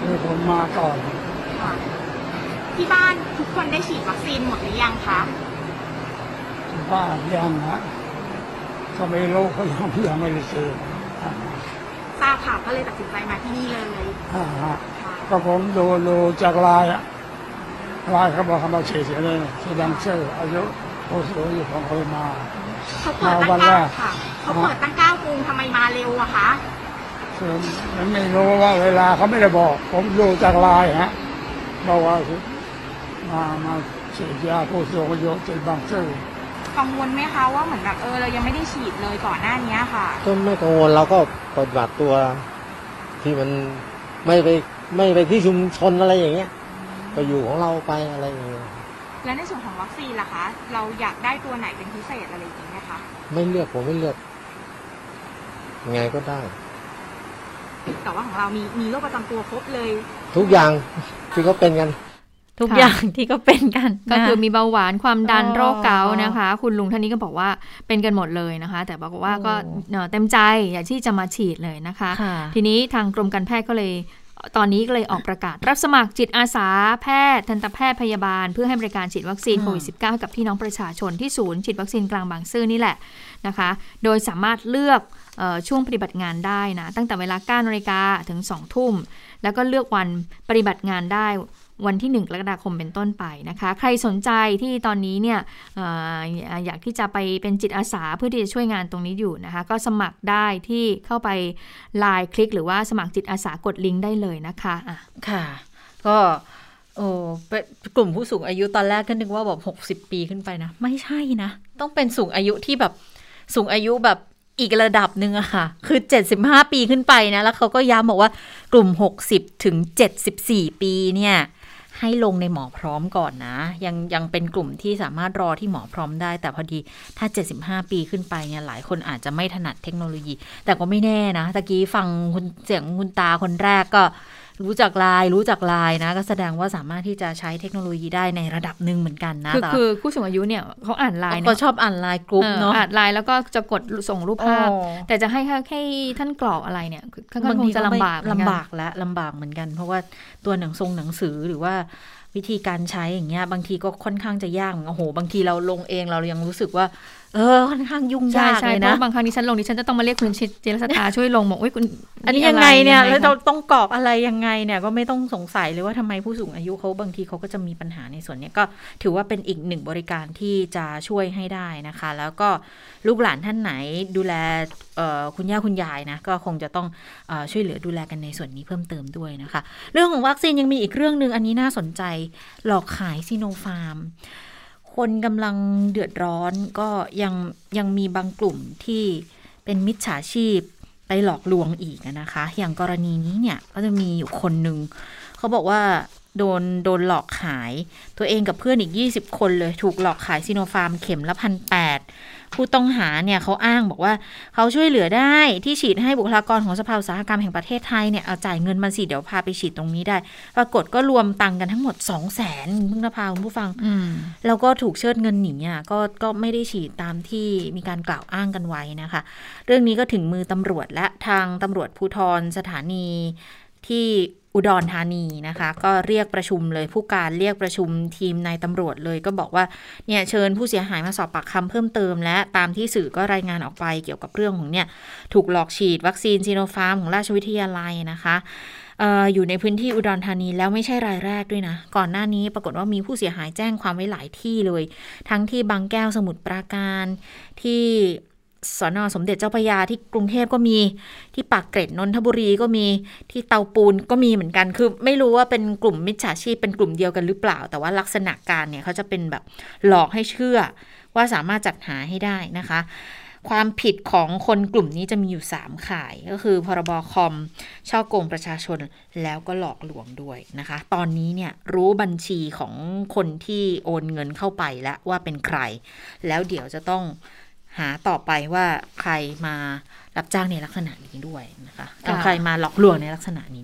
คือผมมาก่อนค่ะที่บ้านทุกคนได้ฉีดวัคซีนหมดหรือยังคะบ้านยังนะก็ไม่รู้เขายังไม่ได้ซื้อทราบข่าวก็เลยตัดสินใจมาที่นี่เลยก็ผมดูจากไลน์เขาบอกเขามาฉีดเสียเลยที่บางซื่ออายุผู้สูงอายุของเขามาเขาเปิดตั้ง9ค่ะเขาเปิดตั้ง9 กุมทำไมมาเร็วอะคะคือมันไม่รู้ว่าเวลาเขาไม่ได้บอกผมดูจากไลน์บอกว่ามาฉีดยาผู้สูงอายุที่บางซื่อกังวลไหมคะว่าเหมือนแบบเรายังไม่ได้ฉีดเลยก่อนหน้านี้ค่ะก็ไม่กังวลเราก็ปฏิบัติตัวที่มันไม่ไปที่ชุมชนอะไรอย่างเงี้ยก็อยู่ของเราไปอะไรอย่างเงี้ยและในส่วนของวัคซีนล่ะคะเราอยากได้ตัวไหนเป็นพิเศษอะไรอย่างเงี้ยคะไม่เลือกผมไม่เลือกไงก็ได้แต่ว่าของเรามีโรคประจำตัวครบเลยทุกอย่างที่เขาเป็นกันทุกอย่างที่ก็เป็นกันก็คือมีเบาหวานความดันโรคเกาต์นะคะคุณลุงท่านนี้ก็บอกว่าเป็นกันหมดเลยนะคะแต่บอกว่าก็เต็มใจอยากที่จะมาฉีดเลยนะคะทีนี้ทางกรมการแพทย์ก็เลยตอนนี้ก็เลยออกประกาศรับสมัครจิตอาสาแพทย์ทันตแพทย์พยาบาลเพื่อให้บริการฉีดวัคซีนโควิด -19 ให้กับพี่น้องประชาชนที่ศูนย์ฉีดวัคซีนกลางบางซื่อนี่แหละนะคะโดยสามารถเลือกช่วงปฏิบัติงานได้นะตั้งแต่เวลา 9 นาฬิกาถึง 2 ทุ่มแล้วก็เลือกวันปฏิบัติงานได้วันที่ 1 กรกฎาคมเป็นต้นไปนะคะใครสนใจที่ตอนนี้เนี่ยอยากที่จะไปเป็นจิตอาสาเพื่อที่จะช่วยงานตรงนี้อยู่นะคะก็สมัครได้ที่เข้าไปไลน์คลิกหรือว่าสมัครจิตอาสากดลิงก์ได้เลยนะคะค่ะก็กลุ่มผู้สูงอายุตอนแรกก็นึกว่าแบบ60 ปีขึ้นไปนะไม่ใช่นะต้องเป็นสูงอายุที่แบบสูงอายุแบบอีกระดับหนึ่งอะค่ะคือ75 ปีขึ้นไปนะแล้วเขาก็ย้ำบอกว่ากลุ่ม60ถึง74 ปีเนี่ยให้ลงในหมอพร้อมก่อนนะยังเป็นกลุ่มที่สามารถรอที่หมอพร้อมได้แต่พอดีถ้า75 ปีขึ้นไปเนี่ยหลายคนอาจจะไม่ถนัดเทคโนโลยีแต่ก็ไม่แน่นะตะกี้ฟังเสียงคุณตาคนแรกก็รู้จักไลน์นะก็แสดงว่าสามารถที่จะใช้เทคโนโลยีได้ในระดับหนึ่งเหมือนกันนะคือผู้สูงอายุเนี่ยเขาอ่านไลน์ก็ชอบอ่านไลน์กรุ๊ปเนาะอ่านไลน์แล้วก็จะกดส่งรูปภาพแต่จะให้ท่านกรอกอะไรเนี่ยบางทีจะลำบากเหมือนกันเพราะว่าตัวหนังสือหรือว่าวิธีการใช้อย่างเงี้ยบางทีก็ค่อนข้างจะยากโอ้โหบางทีเราลงเองเรายังรู้สึกว่าค่อนข้างยุ่งยากเลยนะบางครั้งดิฉันลงดิฉันจะต้องมาเรียกคุณเจรสตาช่วยลงบอกคุณอันนี้ยังไงเนี่ยแล้วเราต้องกรอกอะไรยังไงเนี่ยก็ไม่ต้องสงสัยเลยว่าทำไมผู้สูงอายุเขาบางทีเขาก็จะมีปัญหาในส่วนนี้ก็ถือว่าเป็นอีกหนึ่งบริการที่จะช่วยให้ได้นะคะแล้วก็ลูกหลานท่านไหนดูแลคุณย่าคุณยายนะก็คงจะต้องช่วยเหลือดูแลกันในส่วนนี้เพิ่มเติมด้วยนะคะเรื่องของวัคซีนยังมีอีกเรื่องนึงอันนี้น่าสนใจหลอกขายซิโนฟาร์มคนกำลังเดือดร้อนก็ยังมีบางกลุ่มที่เป็นมิจฉาชีพไปหลอกลวงอีกนะคะอย่างกรณีนี้เนี่ยก็จะมีอยู่คนหนึ่งเขาบอกว่าโดนหลอกขายตัวเองกับเพื่อนอีก20 คนเลยถูกหลอกขายซิโนฟาร์มเข็มละ 1,800 ผู้ต้องหาเนี่ยเขาอ้างบอกว่าเขาช่วยเหลือได้ที่ฉีดให้บุคลากรของสภาอุตสาหกรรมแห่งประเทศไทยเนี่ยเอาจ่ายเงินมาสิเดี๋ยวพาไปฉีดตรงนี้ได้ปรากฏก็รวมตังกันทั้งหมด 200,000 เพิ่งพาคุณผู้ฟังแล้วก็ถูกเชิดเงินหนีอ่ะก็ไม่ได้ฉีดตามที่มีการกล่าวอ้างกันไว้นะคะเรื่องนี้ก็ถึงมือตำรวจและทางตำรวจภูธรสถานีที่อุดรธานีนะคะก็เรียกประชุมเลยผู้การเรียกประชุมทีมนายตำรวจเลยก็บอกว่าเนี่ยเชิญผู้เสียหายมาสอบปากคำเพิ่มเติมและตามที่สื่อก็รายงานออกไปเกี่ยวกับเรื่องของเนี่ยถูกหลอกฉีดวัคซีนซิโนฟาร์มของราชวิทยาลัยนะคะอยู่ในพื้นที่อุดรธานีแล้วไม่ใช่รายแรกด้วยนะก่อนหน้านี้ปรากฏว่ามีผู้เสียหายแจ้งความไว้หลายที่เลยทั้งที่บางแก้วสมุทรปราการที่สน.สมเด็จเจ้าพระยาที่กรุงเทพก็มีที่ปากเกร็ดนนทบุรีก็มีที่เตาปูนก็มีเหมือนกันคือไม่รู้ว่าเป็นกลุ่มมิจฉาชีพเป็นกลุ่มเดียวกันหรือเปล่าแต่ว่าลักษณะการเนี่ยเขาจะเป็นแบบหลอกให้เชื่อว่าสามารถจัดหาให้ได้นะคะความผิดของคนกลุ่มนี้จะมีอยู่3ข่ายก็คือพรบคอมฉ้อโกงประชาชนแล้วก็หลอกลวงด้วยนะคะตอนนี้เนี่ยรู้บัญชีของคนที่โอนเงินเข้าไปแล้วว่าเป็นใครแล้วเดี๋ยวจะต้องหาต่อไปว่าใครมารับจ้างในลักษณะนี้ด้วยนะคะใครมาหลอกลวงในลักษณะนี้ด้วย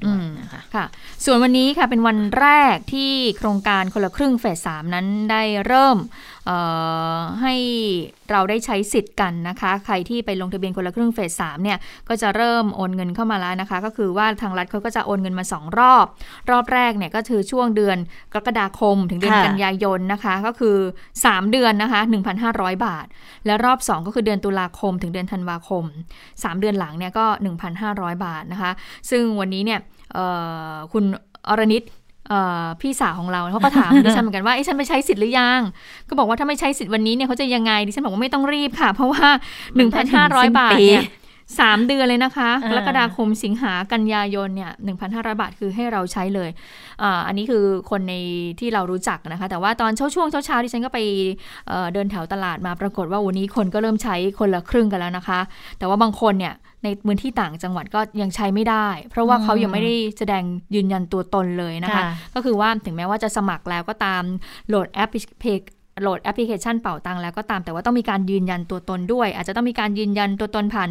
นะคะค่ะส่วนวันนี้ค่ะเป็นวันแรกที่โครงการคนละครึ่งเฟส 3นั้นได้เริ่มให้เราได้ใช้สิทธิ์กันนะคะใครที่ไปลงทะเบียนคนละครึ่งเฟส 3เนี่ยก็จะเริ่มโอนเงินเข้ามาแล้วนะคะก็คือว่าทางรัฐเขาก็จะโอนเงินมา2รอบแรกเนี่ยก็คือช่วงเดือนกรกฎาคมถึงเดือนกันยายนนะคะก็คือ3เดือนนะคะ 1,500 บาทและรอบ2ก็คือเดือนตุลาคมถึงเดือนธันวาคม3เดือนหลังเนี่ยก็ 1,500 บาทนะคะซึ่งวันนี้เนี่ยคุณอรณิตพี่สาวของเราเขาก็ถาม ดิฉันเหมือนกันว่าฉันไปใช้สิทธิ์หรือยังก็บอกว่าถ้าไม่ใช้สิทธิ์วันนี้เนี่ยเขาจะยังไงดิฉันบอกว่าไม่ต้องรีบค่ะเพราะว่า 1,500 บาทเนี่ย3เดือนเลยนะคะกรกฎาคมสิงหากันยายนเนี่ย 1,500 บาทคือให้เราใช้เลยอันนี้คือคนในที่เรารู้จักนะคะแต่ว่าตอนช่วงเช้าดิฉันก็ไปเดินแถวตลาดมาปรากฏว่าวันนี้คนก็เริ่มใช้คนละครึ่งกันแล้วนะคะแต่ว่าบางคนเนี่ยในพื้นที่ต่างจังหวัดก็ยังใช้ไม่ได้เพราะว่าเขายังไม่ได้แสดงยืนยันตัวตนเลยนะคะก็คือว่าถึงแม้ว่าจะสมัครแล้วก็ตามโหลดแอปพลิเคชันเป่าตังแล้วก็ตามแต่ว่าต้องมีการยืนยันตัวตนด้วยอาจจะต้องมีการยืนยันตัวตนผ่าน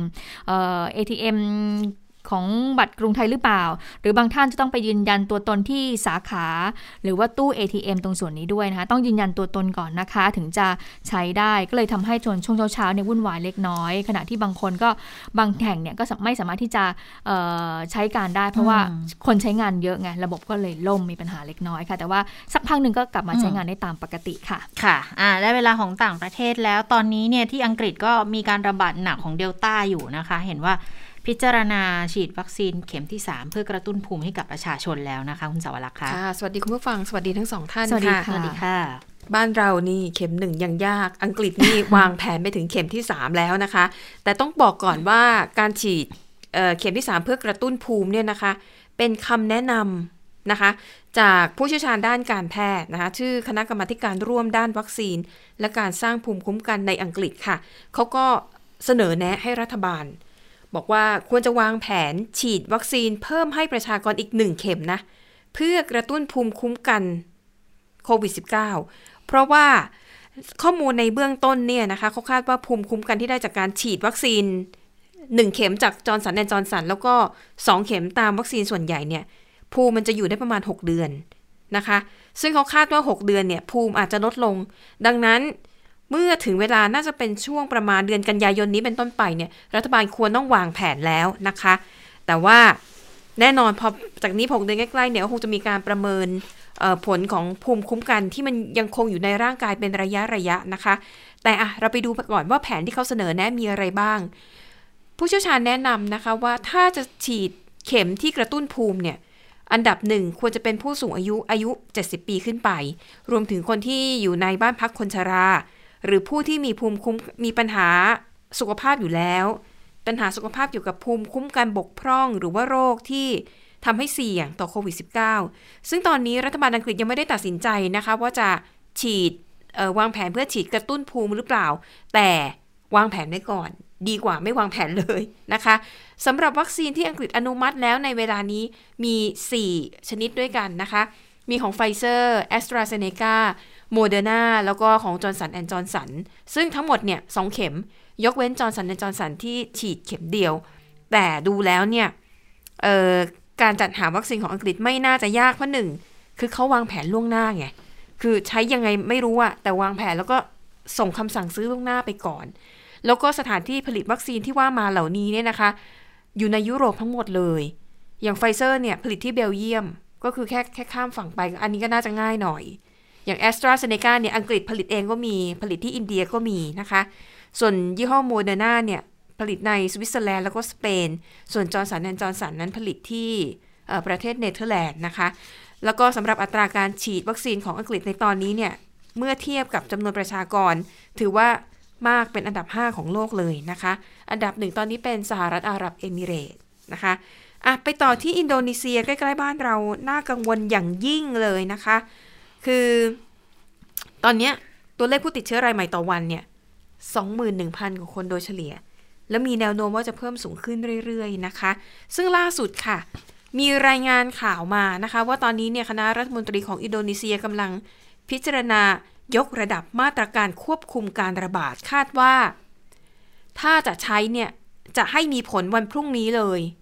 ATM ของบัตรกรุงไทยหรือเปล่าหรือบางท่านจะต้องไปยืนยันตัวตนที่สาขาหรือว่าตู้ ATM ตรงส่วนนี้ด้วยนะคะต้องยืนยันตัวตนก่อนนะคะถึงจะใช้ได้ก็เลยทำให้ช่วงเช้าเนี่ยวุ่นวายเล็กน้อยขณะที่บางคนก็บางแห่งเนี่ยก็ไม่สามารถที่จะใช้การได้เพราะว่าคนใช้งานเยอะไงระบบก็เลยล่มมีปัญหาเล็กน้อยค่ะแต่ว่าสักพักนึงก็กลับมาใช้งานได้ตามปกติค่ะค่ะได้เวลาของต่างประเทศแล้วตอนนี้เนี่ยที่อังกฤษก็มีการระบาดหนักของเดลต้าอยู่นะคะเห็นว่าพิจารณาฉีดวัคซีนเข็มที่3เพื่อกระตุ้นภูมิให้กับประชาชนแล้วนะคะคุณสาวรักษ์ค่ะสวัสดีคุณผู้ฟังสวัสดีทั้ง2ท่านสวัสดีค่ะบ้านเรานี่เข็ม1ยังยากอังกฤษนี่ วางแผนไปถึงเข็มที่3แล้วนะคะแต่ต้องบอกก่อนว่าการฉีดเข็มที่3เพื่อกระตุ้นภูมิเนี่ยนะคะเป็นคำแนะนำนะคะจากผู้เชี่ยวชาญด้านการแพทย์นะคะชื่อคณะกรรมาการร่วมด้านวัคซีนและการสร้างภูมิคุ้มกันในอังกฤษค่ะเขาก็เสนอแนะให้รัฐบาลบอกว่าควรจะวางแผนฉีดวัคซีนเพิ่มให้ประชากรอีก1เข็มนะเพื่อกระตุ้นภูมิคุ้มกันโควิด -19 เพราะว่าข้อมูลในเบื้องต้นเนี่ยนะคะเขาคาดว่าภูมิคุ้มกันที่ได้จากการฉีดวัคซีน1เข็มจากจอร์นสันแอนด์จอร์นสันแล้วก็2เข็มตามวัคซีนส่วนใหญ่เนี่ยภูมิมันจะอยู่ได้ประมาณ6เดือนนะคะซึ่งเขาคาดว่า6เดือนเนี่ยภูมิอาจจะลดลงดังนั้นเมื่อถึงเวลาน่าจะเป็นช่วงประมาณเดือนกันยายนนี้เป็นต้นไปเนี่ยรัฐบาลควรต้องวางแผนแล้วนะคะแต่ว่าแน่นอนพอจากนี้6เดือนใกล้ๆเนี่ยคงจะมีการประเมินผลของภูมิคุ้มกันที่มันยังคงอยู่ในร่างกายเป็นระยะนะคะแต่เราไปดูก่อนว่าแผนที่เขาเสนอแนะมีอะไรบ้างผู้เชี่ยวชาญแนะนำนะคะว่าถ้าจะฉีดเข็มที่กระตุ้นภูมิเนี่ยอันดับ1ควรจะเป็นผู้สูงอายุ70ปีขึ้นไปรวมถึงคนที่อยู่ในบ้านพักคนชราหรือผู้ที่มีปัญหาสุขภาพอยู่แล้วปัญหาสุขภาพเกี่ยวกับภูมิคุ้มกันบกพร่องหรือว่าโรคที่ทำให้เสี่ยงต่อโควิด -19 ซึ่งตอนนี้รัฐบาลอังกฤษยังไม่ได้ตัดสินใจนะคะว่าจะฉีดวางแผนเพื่อฉีดกระตุ้นภูมิหรือเปล่าแต่วางแผนไว้ก่อนดีกว่าไม่วางแผนเลยนะคะสำหรับวัคซีนที่อังกฤษอนุมัติแล้วในเวลานี้มี4ชนิดด้วยกันนะคะมีของ Pfizer AstraZeneca Moderna แล้วก็ของ Johnson & Johnson ซึ่งทั้งหมดเนี่ย2เข็มยกเว้น Johnson & Johnson ที่ฉีดเข็มเดียวแต่ดูแล้วเนี่ยการจัดหาวัคซีนของอังกฤษไม่น่าจะยากเพราะ1คือเขาวางแผนล่วงหน้าไงคือใช้ยังไงไม่รู้อะแต่วางแผนแล้วก็ส่งคำสั่งซื้อล่วงหน้าไปก่อนแล้วก็สถานที่ผลิตวัคซีนที่ว่ามาเหล่านี้เนี่ยนะคะอยู่ในยุโรปทั้งหมดเลยอย่าง Pfizer เนี่ยผลิตที่เบลเยียมก็คือแค่ข้ามฝั่งไปอันนี้ก็น่าจะง่ายหน่อยอย่าง AstraZeneca เนี่ยอังกฤษผลิตเองก็มีผลิตที่อินเดียก็มีนะคะส่วนยี่ห้อ Moderna เนี่ยผลิตในสวิตเซอร์แลนด์แล้วก็สเปนส่วน Johnson & Johnson นั้นผลิตที่ประเทศเนเธอร์แลนด์นะคะแล้วก็สำหรับอัตราการฉีดวัคซีนของอังกฤษในตอนนี้เนี่ยเมื่อเทียบกับจำนวนประชากรถือว่ามากเป็นอันดับ5ของโลกเลยนะคะอันดับ1ตอนนี้เป็นสหรัฐอาหรับเอมิเรตส์นะคะไปต่อที่อินโดนีเซียใกล้ๆบ้านเราน่ากังวลอย่างยิ่งเลยนะคะคือตอนนี้ตัวเลขผู้ติดเชื้อรายใหม่ต่อวันเนี่ย 21,000 กว่าคนโดยเฉลี่ยแล้วมีแนวโน้มว่าจะเพิ่มสูงขึ้นเรื่อยๆนะคะซึ่งล่าสุดค่ะมีรายงานข่าวมานะคะว่าตอนนี้เนี่ยคณะรัฐมนตรีของอินโดนีเซียกำลังพิจารณายกระดับมาตรการควบคุมการระบาดคาดว่าถ้าจะใช้เนี่ยจะให้มีผลวันพรุ่งนี้เลย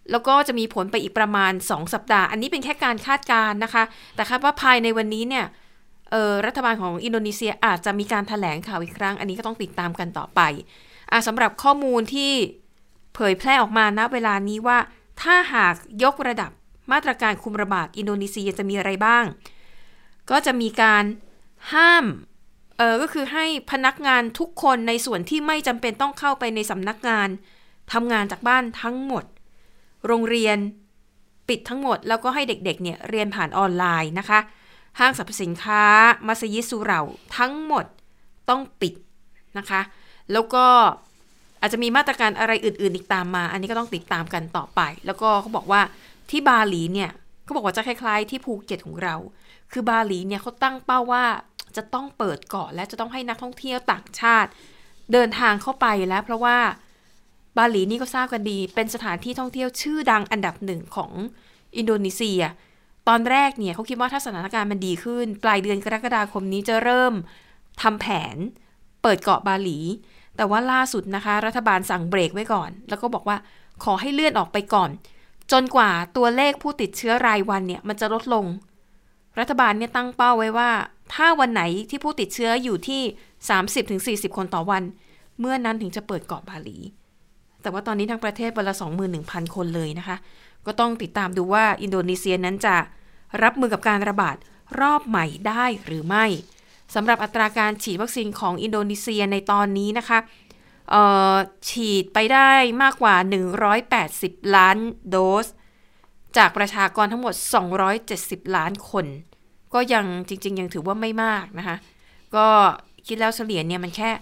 แล้วก็จะมีผลไปอีกประมาณ2สัปดาห์อันนี้เป็นแค่การคาดการณ์นะคะแต่คาดว่าภายในวันนี้เนี่ยรัฐบาลของอินโดนีเซียอาจจะมีการแถลงข่าวอีกครั้งอันนี้ก็ต้องติดตามกันต่อไปสำหรับข้อมูลที่เผยแพร่ออกมาณเวลานี้ว่าถ้าหากยกระดับมาตรการคุมระบาดอินโดนีเซียจะมีอะไรบ้างก็จะมีการห้ามก็คือให้พนักงานทุกคนในส่วนที่ไม่จำเป็นต้องเข้าไปในสำนักงานทำงานจากบ้านทั้งหมดโรงเรียนปิดทั้งหมดแล้วก็ให้เด็กๆเนี่ยเรียนผ่านออนไลน์นะคะห้างสรรพสินค้ามัสยิดสุเหร่าทั้งหมดต้องปิดนะคะแล้วก็อาจจะมีมาตรการอะไรอื่นๆอีกตามมาอันนี้ก็ต้องติดตามกันต่อไปแล้วก็เขาบอกว่าที่บาหลีเนี่ยเขาบอกว่าจะคล้ายๆที่ภูเก็ตของเราคือบาหลีเนี่ยเขาตั้งเป้าว่าจะต้องเปิดก่อนและจะต้องให้นักท่องเที่ยวต่างชาติเดินทางเข้าไปแล้วเพราะว่าบาหลีนี่ก็ทราบกันดีเป็นสถานที่ท่องเที่ยวชื่อดังอันดับหนึ่งของอินโดนีเซียตอนแรกเนี่ยเขาคิดว่าถ้าสถานการณ์มันดีขึ้นปลายเดือนกรกฎาคมนี้จะเริ่มทำแผนเปิดเกาะบาหลีแต่ว่าล่าสุดนะคะรัฐบาลสั่งเบรกไว้ก่อนแล้วก็บอกว่าขอให้เลื่อนออกไปก่อนจนกว่าตัวเลขผู้ติดเชื้อรายวันเนี่ยมันจะลดลงรัฐบาลเนี่ยตั้งเป้าไว้ว่าถ้าวันไหนที่ผู้ติดเชื้ออยู่ที่ 30-40 คนต่อวันเมื่อนั้นถึงจะเปิดเกาะบาหลีแต่ว่าตอนนี้ทั้งประเทศวันละ 21,000 คนเลยนะคะก็ต้องติดตามดูว่าอินโดนีเซียนั้นจะรับมือกับการระบาดรอบใหม่ได้หรือไม่สำหรับอัตราการฉีดวัคซีนของอินโดนีเซียในตอนนี้นะคะฉีดไปได้มากกว่า180ล้านโดสจากประชากรทั้งหมด270ล้านคนก็ยังจริงๆยังถือว่าไม่มากนะคะก็คิดแล้วเฉลี่ยเนี่ยมันแค่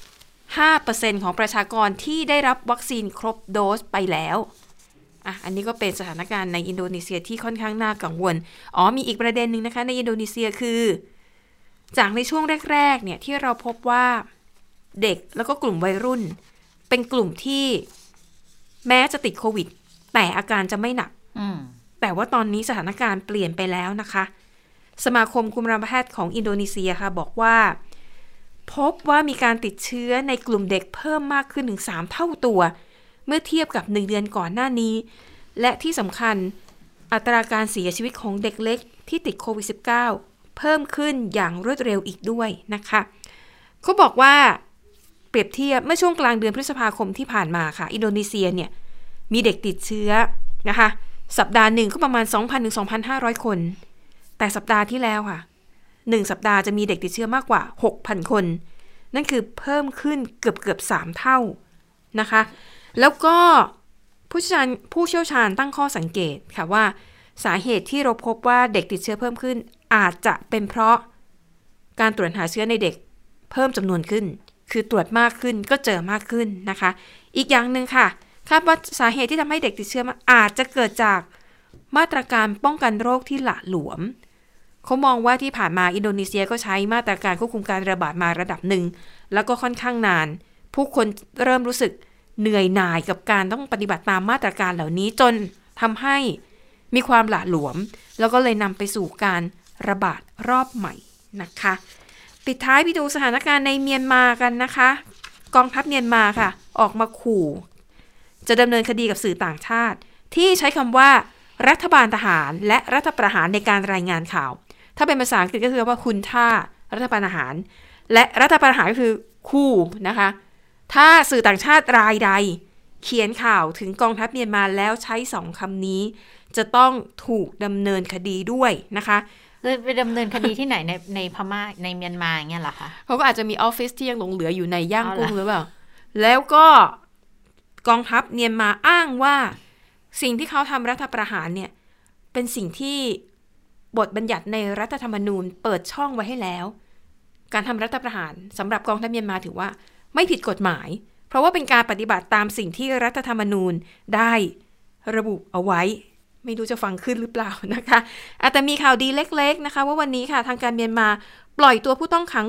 5% ของประชากรที่ได้รับวัคซีนครบโดสไปแล้วอันนี้ก็เป็นสถานการณ์ในอินโดนีเซียที่ค่อนข้างน่ากังวลมีอีกประเด็นหนึ่งนะคะในอินโดนีเซียคือจากในช่วงแรกๆเนี่ยที่เราพบว่าเด็กแล้วก็กลุ่มวัยรุ่นเป็นกลุ่มที่แม้จะติดโควิดแต่อาการจะไม่หนักแต่ว่าตอนนี้สถานการณ์เปลี่ยนไปแล้วนะคะสมาคมกุมารแพทย์ของอินโดนีเซียค่ะบอกว่าพบว่ามีการติดเชื้อในกลุ่มเด็กเพิ่มมากขึ้นถึง3เท่าตัวเมื่อเทียบกับ1เดือนก่อนหน้านี้และที่สำคัญอัตราการเสียชีวิตของเด็กเล็กที่ติดโควิด -19 เพิ่มขึ้นอย่างรวดเร็วอีกด้วยนะคะเขาบอกว่าเปรียบเทียบเมื่อช่วงกลางเดือนพฤษภาคมที่ผ่านมาค่ะอินโดนีเซียเนี่ยมีเด็กติดเชื้อนะคะสัปดาห์หนึ่งก็ประมาณ 2,000 ถึง 2,500 คนแต่สัปดาห์ที่แล้วค่ะ1สัปดาห์จะมีเด็กติดเชื้อมากกว่า 6,000 คนนั่นคือเพิ่มขึ้นเกือบ3เท่านะคะแล้วก็ผู้เชี่ยวชาญตั้งข้อสังเกตค่ะว่าสาเหตุที่เราพบว่าเด็กติดเชื้อเพิ่มขึ้นอาจจะเป็นเพราะการตรวจหาเชื้อในเด็กเพิ่มจำนวนขึ้นคือตรวจมากขึ้นก็เจอมากขึ้นนะคะอีกอย่างหนึ่งค่ะคาดว่าสาเหตุที่ทำให้เด็กติดเชื้ออาจจะเกิดจากมาตรการป้องกันโรคที่หละหลวมเขามองว่าที่ผ่านมาอินโดนีเซียก็ใช้มาตรการควบคุมการระบาดมาระดับหนึ่งแล้วก็ค่อนข้างนานผู้คนเริ่มรู้สึกเหนื่อยหน่ายกับการต้องปฏิบัติตามมาตรการเหล่านี้จนทำให้มีความหละหลวมแล้วก็เลยนำไปสู่การระบาดรอบใหม่นะคะปิดท้ายไปดูสถานการณ์ในเมียนมากันนะคะกองทัพเมียนมาค่ะออกมาขู่จะดำเนินคดีกับสื่อต่างชาติที่ใช้คำว่ารัฐบาลทหารและรัฐประหารในการรายงานข่าวถ้าเป็นภาษาอังกฤษก็คือว่าคุณท่ารัฐบาลทหารและรัฐประหารก็คือคู่นะคะถ้าสื่อต่างชาติรายใดเขียนข่าวถึงกองทัพเมียนมาแล้วใช้2คำนี้จะต้องถูกดำเนินคดีด้วยนะคะไปดำเนินคดีที่ไหนในพม่าในเมียนมาอย่างเงี้ยเหรอคะเขาก็อาจจะมีออฟฟิศที่ยังหลงเหลืออยู่ในย่างกุ้งหรือเปล่าแล้วก็กองทัพเมียนมาอ้างว่าสิ่งที่เขาทำรัฐประหารเนี่ยเป็นสิ่งที่บทบัญญัติในรัฐธรรมนูญเปิดช่องไว้ให้แล้วการทำรัฐประหารสำหรับกองทัพเมียนมาถือว่าไม่ผิดกฎหมายเพราะว่าเป็นการปฏิบัติตามสิ่งที่รัฐธรรมนูญได้ระบุเอาไว้ไม่รู้จะฟังขึ้นหรือเปล่านะคะแต่มีข่าวดีเล็กๆนะคะว่าวันนี้ค่ะทางการเมียนมาปล่อยตัวผู้ต้องขัง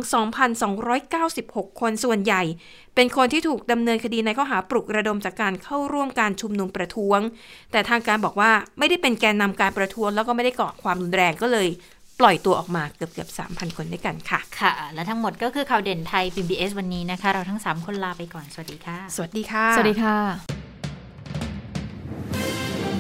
2,296 คนส่วนใหญ่เป็นคนที่ถูกดำเนินคดีในข้อหาปลุกระดมจากการเข้าร่วมการชุมนุมประท้วงแต่ทางการบอกว่าไม่ได้เป็นแกนนำการประท้วงแล้วก็ไม่ได้ก่อความรุนแรงก็เลยปล่อยตัวออกมาเกือบ 3,000 คนด้วยกันค่ะค่ะและทั้งหมดก็คือข่าวเด่นไทย PBS วันนี้นะคะเราทั้ง3คนลาไปก่อนสวัสดีค่ะสวัสดีค่ะสวัสดีค่ะ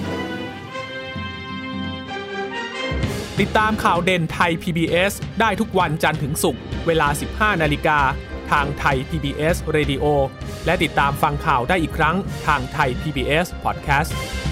ติดตามข่าวเด่นไทย PBS ได้ทุกวันจันทร์ถึงศุกร์เวลา 15 นาฬิกาทางไทย PBS Radio และติดตามฟังข่าวได้อีกครั้งทางไทย PBS Podcast